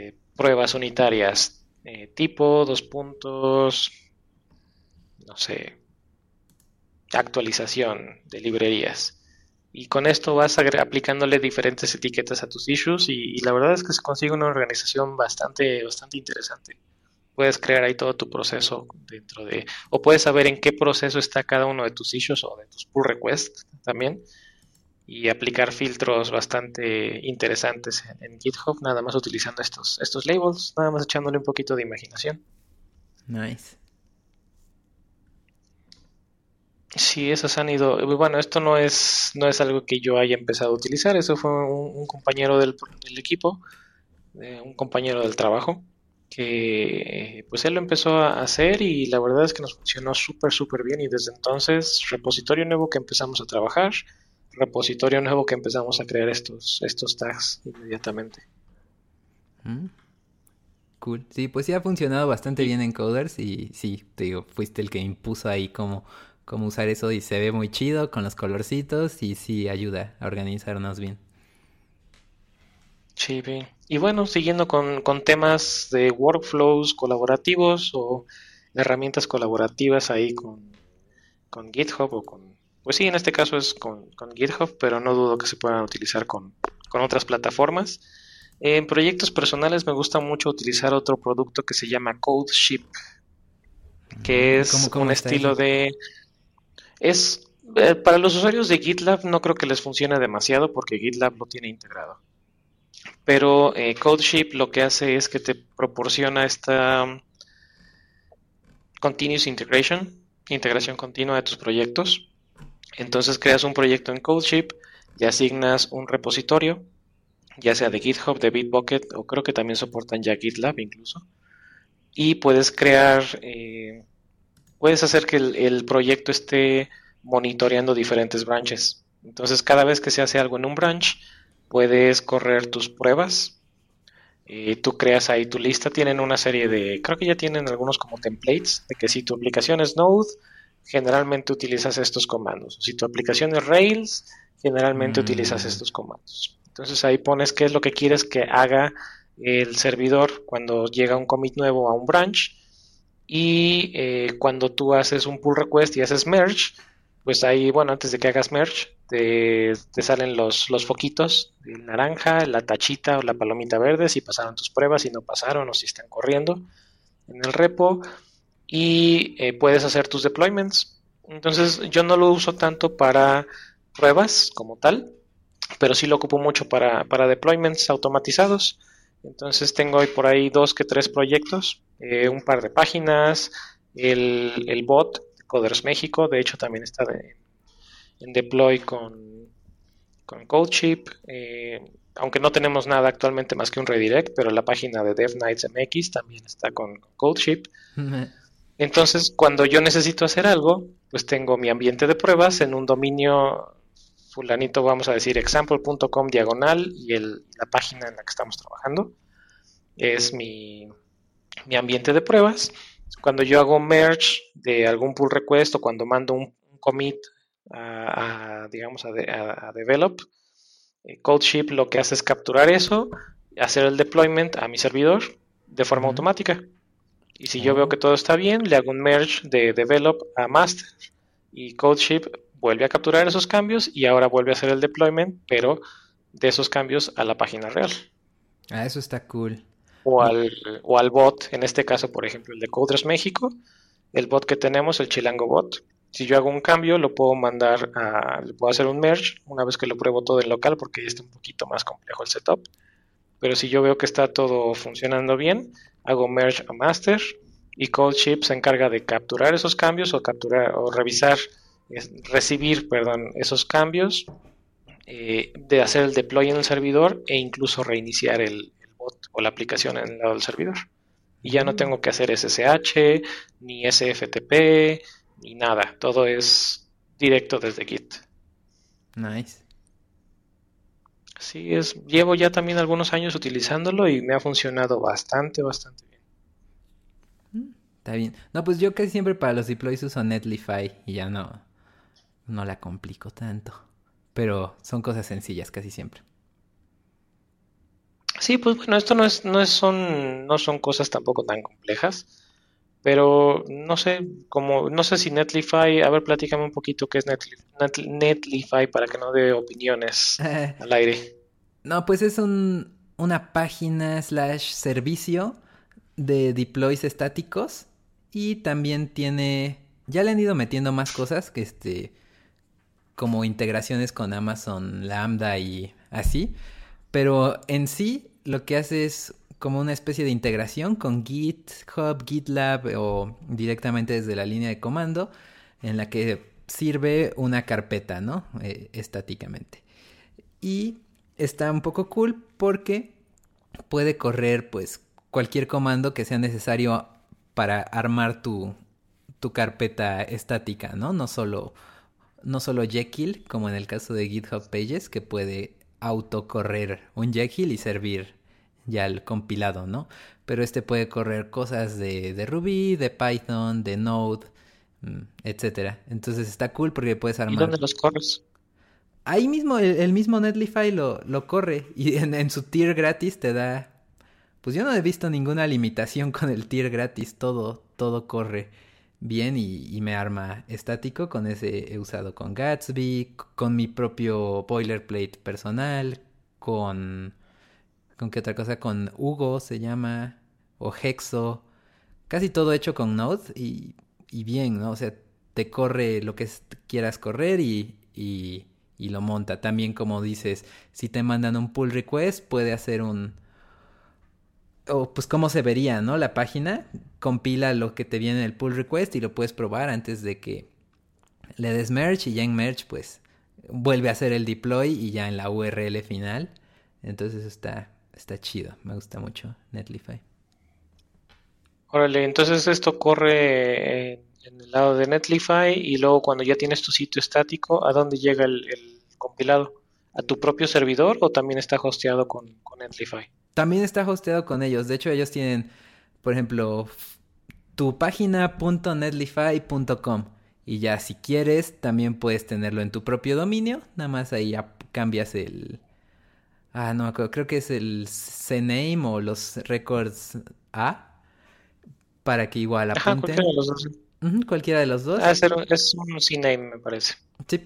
pruebas unitarias, eh, tipo, dos puntos, no sé, actualización de librerías. Y con esto vas aplicándole diferentes etiquetas a tus issues y, y la verdad es que se consigue una organización bastante, bastante interesante. Puedes crear ahí todo tu proceso dentro de, o puedes saber en qué proceso está cada uno de tus issues o de tus pull requests también y aplicar filtros bastante interesantes en, en GitHub, nada más utilizando estos, estos labels, nada más echándole un poquito de imaginación. Nice. Sí, esos han ido. Bueno, esto no es, no es algo que yo haya empezado a utilizar. Eso fue un, un compañero del, del equipo, eh, un compañero del trabajo, que pues él lo empezó a hacer y la verdad es que nos funcionó súper, súper bien. Y desde entonces, repositorio nuevo que empezamos a trabajar, repositorio nuevo que empezamos a crear estos, estos tags inmediatamente. Mm. Cool. Sí, pues sí ha funcionado bastante bien en Coders y sí, te digo, fuiste el que impuso ahí cómo, cómo usar eso y se ve muy chido con los colorcitos y sí ayuda a organizarnos bien. Sí, bien. Y bueno, siguiendo con, con temas de workflows colaborativos o herramientas colaborativas ahí con, con GitHub o con, pues sí, en este caso es con, con GitHub, pero no dudo que se puedan utilizar con, con otras plataformas. En proyectos personales me gusta mucho utilizar otro producto que se llama CodeShip, que Mm, ¿Cómo, es cómo un está estilo eso? de... Es, eh, para los usuarios de GitLab no creo que les funcione demasiado porque GitLab lo tiene integrado. Pero eh, CodeShip lo que hace es que te proporciona esta um, continuous integration, integración continua de tus proyectos. Entonces creas un proyecto en CodeShip, le asignas un repositorio, ya sea de GitHub, de Bitbucket, o creo que también soportan ya GitLab incluso, y puedes crear, eh, puedes hacer que el, el proyecto esté monitoreando diferentes branches. Entonces cada vez que se hace algo en un branch, puedes correr tus pruebas. Eh, tú creas ahí tu lista, tienen una serie de, creo que ya tienen algunos como templates, de que si tu aplicación es Node, generalmente utilizas estos comandos. Si tu aplicación es Rails, generalmente utilizas Mm, estos comandos. Entonces ahí pones qué es lo que quieres que haga el servidor cuando llega un commit nuevo a un branch y eh, cuando tú haces un pull request y haces merge, pues ahí, bueno, antes de que hagas merge, te, te salen los, los foquitos, el naranja, la tachita o la palomita verde, si pasaron tus pruebas, si no pasaron o si están corriendo en el repo y eh, puedes hacer tus deployments. Entonces yo no lo uso tanto para pruebas como tal, pero sí lo ocupo mucho para, para deployments automatizados. Entonces tengo hoy por ahí dos que tres proyectos, eh, un par de páginas, el, el bot de Coders México, de hecho también está de, en deploy con, con CodeShip, eh, aunque no tenemos nada actualmente más que un redirect, pero la página de DevNights M X también está con CodeShip. Entonces, cuando yo necesito hacer algo, pues tengo mi ambiente de pruebas en un dominio fulanito, vamos a decir example punto com diagonal y el, la página en la que estamos trabajando es mi, mi ambiente de pruebas. Cuando yo hago merge de algún pull request o cuando mando un, un commit a, a, digamos, a, de, a, a develop, eh, CodeShip lo que hace es capturar eso, hacer el deployment a mi servidor de forma ujú. automática. Y si yo veo Oh, que todo está bien, le hago un merge de develop a master y CodeShip vuelve a capturar esos cambios y ahora vuelve a hacer el deployment, pero de esos cambios a la página real. ah, eso está cool. O Y, al, o al bot, en este caso, por ejemplo, el de Coders México, el bot que tenemos, el Chilango bot. Si yo hago un cambio, lo puedo mandar a, le puedo hacer un merge una vez que lo pruebo todo en local porque ya está un poquito más complejo el setup. Pero si yo veo que está todo funcionando bien, hago merge a master y CodeShip se encarga de capturar esos cambios o capturar o revisar, recibir, perdón, esos cambios, eh, de hacer el deploy en el servidor e incluso reiniciar el, el bot o la aplicación en el lado del servidor. Y ya no mm, tengo que hacer S S H, ni S F T P, ni nada. Todo es directo desde Git. nice. Sí, es, llevo ya también algunos años utilizándolo y me ha funcionado bastante, bastante bien. Mm, Está bien. No, pues yo casi siempre para los deploys uso Netlify y ya no, no la complico tanto. Pero son cosas sencillas casi siempre. Sí, pues bueno, esto no es, no es, son, no son cosas tampoco tan complejas, pero no sé, como, no sé si Netlify, a ver, platícame un poquito qué es Netli- Net- Netlify para que no dé opiniones al aire. No, pues es un, una página slash servicio de deploys estáticos y también tiene, ya le han ido metiendo más cosas que este, como integraciones con Amazon Lambda y así, pero en sí lo que hace es como una especie de integración con GitHub, GitLab o directamente desde la línea de comando en la que sirve una carpeta, ¿no? Eh, estáticamente. Y está un poco cool porque puede correr pues cualquier comando que sea necesario para armar tu, tu carpeta estática, ¿no? No solo, no solo Jekyll, como en el caso de GitHub Pages, que puede autocorrer un Jekyll y servir ya el compilado, ¿no? Pero este puede correr cosas de, de Ruby, de Python, de Node, mm, etcétera. Entonces está cool porque puedes ¿Y dónde armar los corres? ahí mismo, el, el mismo Netlify lo, lo corre y en, en su tier gratis te da... Pues yo no he visto ninguna limitación con el tier gratis, todo, todo corre bien y, y me arma estático. Con ese he usado con Gatsby, con mi propio boilerplate personal, con... ¿Con qué otra cosa? Con Hugo se llama, o Hexo, casi todo hecho con Node y, y bien, ¿no? O sea, te corre lo que quieras correr y, y, y lo monta. También como dices, si te mandan un pull request, puede hacer un... O pues cómo se vería, ¿no? La página compila lo que te viene en el pull request y lo puedes probar antes de que le des merge y ya en merge pues vuelve a hacer el deploy y ya en la U R L final. Entonces está, está chido, me gusta mucho Netlify. Órale, entonces esto corre en, en el lado de Netlify y luego cuando ya tienes tu sitio estático, ¿a dónde llega el, el compilado? ¿A tu propio servidor o también está hosteado con, con Netlify? También está hosteado con ellos. De hecho, ellos tienen, por ejemplo, tu página punto netlify punto com. Y ya si quieres, también puedes tenerlo en tu propio dominio. Nada más ahí ya cambias el... Ah, no me acuerdo. Creo que es el C N A M E o los records A. Para que igual Ajá, cualquiera de apunten. los dos. Ujú, cualquiera de los Ah, dos. es, es un C N A M E, me parece. Sí.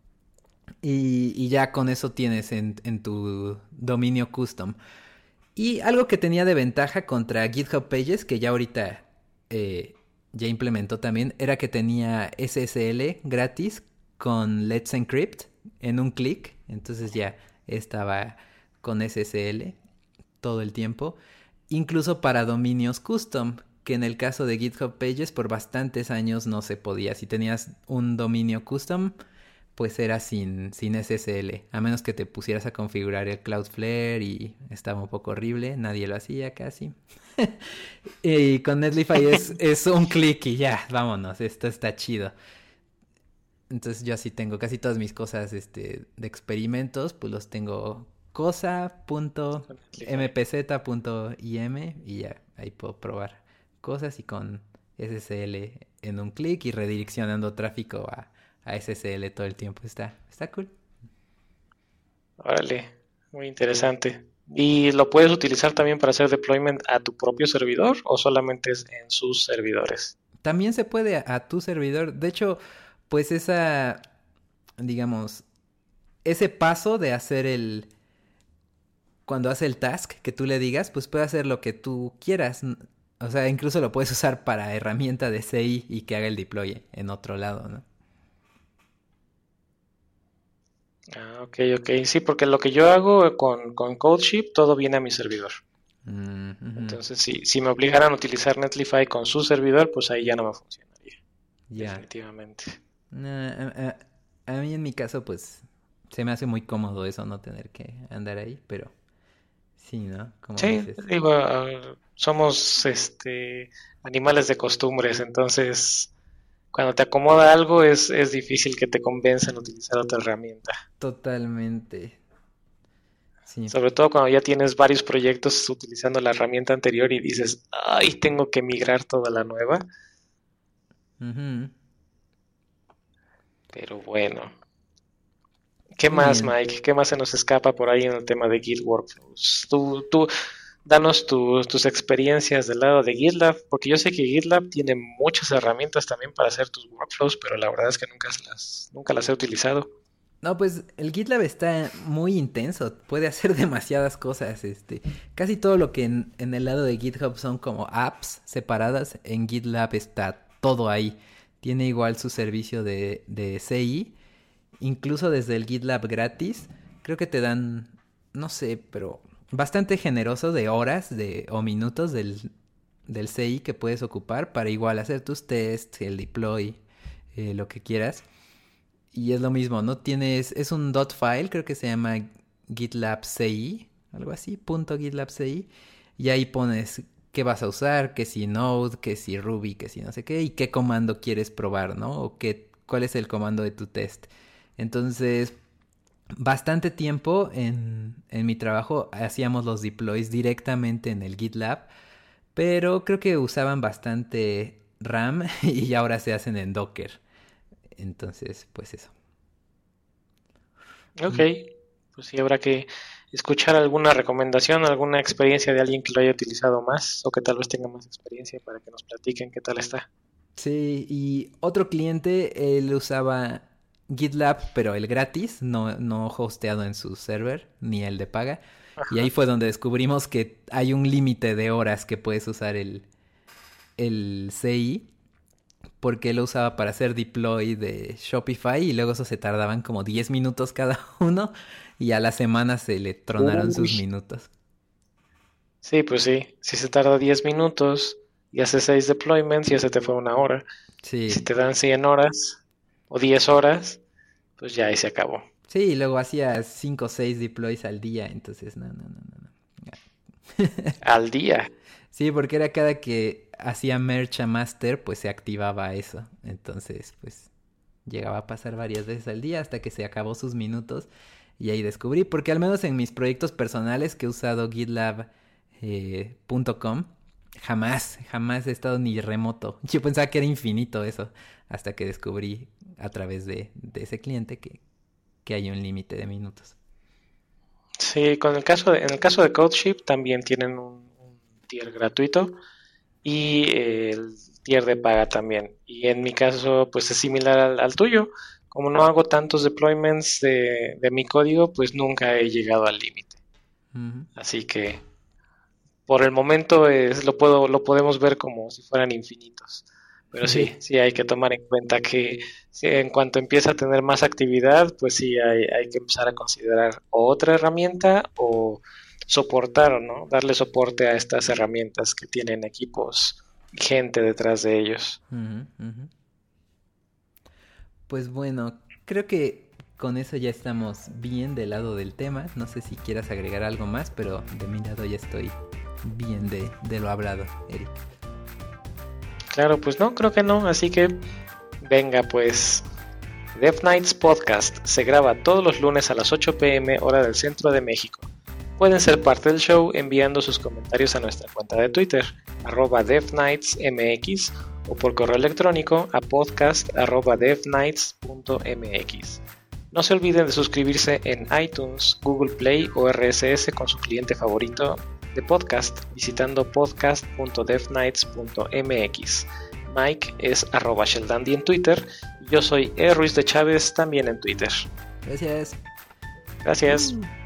Y, y ya con eso tienes en, en tu dominio custom. Y algo que tenía de ventaja contra GitHub Pages, que ya ahorita eh, ya implementó también, era que tenía S S L gratis con Let's Encrypt en un clic. Entonces ya estaba con S S L todo el tiempo. Incluso para dominios custom, que en el caso de GitHub Pages por bastantes años no se podía. Si tenías un dominio custom, pues era sin, sin S S L, a menos que te pusieras a configurar el Cloudflare y estaba un poco horrible, nadie lo hacía casi. Y con Netlify es, es un clic y ya, vámonos, esto está chido. Entonces yo así tengo casi todas mis cosas este, de experimentos, pues los tengo Con Netlify. cosa.mpz.im y ya, ahí puedo probar cosas y con S S L en un clic y redireccionando tráfico a, a S S L todo el tiempo. Está, está cool. Órale, muy interesante. ¿Y lo puedes utilizar también para hacer deployment a tu propio servidor o solamente es en sus servidores? También se puede a, a tu servidor. De hecho, pues esa, digamos, ese paso de hacer el, cuando hace el task que tú le digas, pues puede hacer lo que tú quieras. O sea, incluso lo puedes usar para herramienta de C I y que haga el deploy en otro lado, ¿no? Ah, ok, ok. Sí, porque lo que yo hago con, con CodeShip, todo viene a mi servidor. Mm, ujú. Entonces, si, si me obligaran a utilizar Netlify con su servidor, pues ahí ya no me funcionaría, Ya. definitivamente. Nah, a, a- a mí en mi caso, pues, se me hace muy cómodo eso, no tener que andar ahí, pero sí, ¿no? Como Sí, dices. digo, ah, somos este animales de costumbres, entonces cuando te acomoda algo es, es difícil que te convenzan a utilizar otra herramienta. Totalmente. Sí. Sobre todo cuando ya tienes varios proyectos utilizando la herramienta anterior y dices, ay, tengo que migrar toda la nueva. Ujú. Pero bueno, ¿Qué Muy más, bien. Mike? ¿Qué más se nos escapa por ahí en el tema de Git Workflows? Tú, tú, danos tu- tus experiencias del lado de GitLab, porque yo sé que GitLab tiene muchas herramientas también para hacer tus workflows, pero la verdad es que nunca se las, nunca las he utilizado. No, pues el GitLab está muy intenso, puede hacer demasiadas cosas, este, casi todo lo que en, en el lado de GitHub son como apps separadas, en GitLab está todo ahí. Tiene igual su servicio de, de C I, incluso desde el GitLab gratis, creo que te dan, no sé, pero bastante generoso de horas de, o minutos del, del C I que puedes ocupar para igual hacer tus tests, el deploy, eh, lo que quieras. Y es lo mismo, ¿no? Tienes, es un dot file, creo que se llama GitLab C I, algo así, punto GitLab C I. Y ahí pones qué vas a usar, que si Node, que si Ruby, que si no sé qué, y qué comando quieres probar, ¿no? O qué, cuál es el comando de tu test. Entonces, bastante tiempo en, en mi trabajo hacíamos los deploys directamente en el GitLab, pero creo que usaban bastante RAM y ahora se hacen en Docker. Entonces, pues eso. Ok, pues sí, habrá que escuchar alguna recomendación, alguna experiencia de alguien que lo haya utilizado más o que tal vez tenga más experiencia para que nos platiquen qué tal está. Sí, y otro cliente, él usaba GitLab, pero el gratis, no, no hosteado en su server, ni el de paga. Y ahí Ajá. fue donde descubrimos que hay un límite de horas que puedes usar el, el C I, porque él lo usaba para hacer deploy de Shopify y luego eso se tardaban como diez minutos cada uno y a la semana se le tronaron Uy, sus minutos. sí, pues sí, si se tarda diez minutos y hace seis deployments, ya se te fue una hora. Y si Sí, te dan cien horas o diez horas, pues ya ahí se acabó. sí, y luego hacía cinco o seis deploys al día, entonces no, no, no, no, no. Al día. Sí, porque era cada que hacía merge a master, pues se activaba eso. Entonces, pues llegaba a pasar varias veces al día hasta que se acabó sus minutos. Y ahí descubrí, porque al menos en mis proyectos personales que he usado GitLab eh, punto com, jamás, jamás he estado ni remoto. Yo pensaba que era infinito eso, hasta que descubrí a través de, de ese cliente que, que hay un límite de minutos. Sí, con el caso de, en el caso de CodeShip también tienen un, un tier gratuito y eh, el tier de paga también. Y en mi caso, pues es similar al, al tuyo. Como no hago tantos deployments de, de mi código, pues nunca he llegado al límite. Ujú. Así que por el momento es, lo puedo, lo podemos ver como si fueran infinitos. Pero sí, Sí. sí hay que tomar en cuenta que sí, en cuanto empieza a tener más actividad, pues sí hay, hay que empezar a considerar otra herramienta o soportar, ¿no? Darle soporte a estas herramientas que tienen equipos y gente detrás de ellos. Ujú, ujú. Pues bueno, creo que con eso ya estamos bien del lado del tema. No sé si quieras agregar algo más, pero de mi lado ya estoy bien de, de lo hablado, Eric. Claro, pues no, creo que no. Así que venga, pues Dev Nights Podcast se graba todos los lunes a las ocho pm hora del centro de México. Pueden ser parte del show enviando sus comentarios a nuestra cuenta de Twitter, arroba devnightsmx, o por correo electrónico a podcast arroba devnights.mx. No se olviden de suscribirse en iTunes, Google Play o R S S con su cliente favorito de podcast, visitando podcast punto devnights punto mx. Mike es arroba Sheldandi en Twitter y yo soy E. Ruiz de Chávez también en Twitter. Gracias. Gracias. Uh.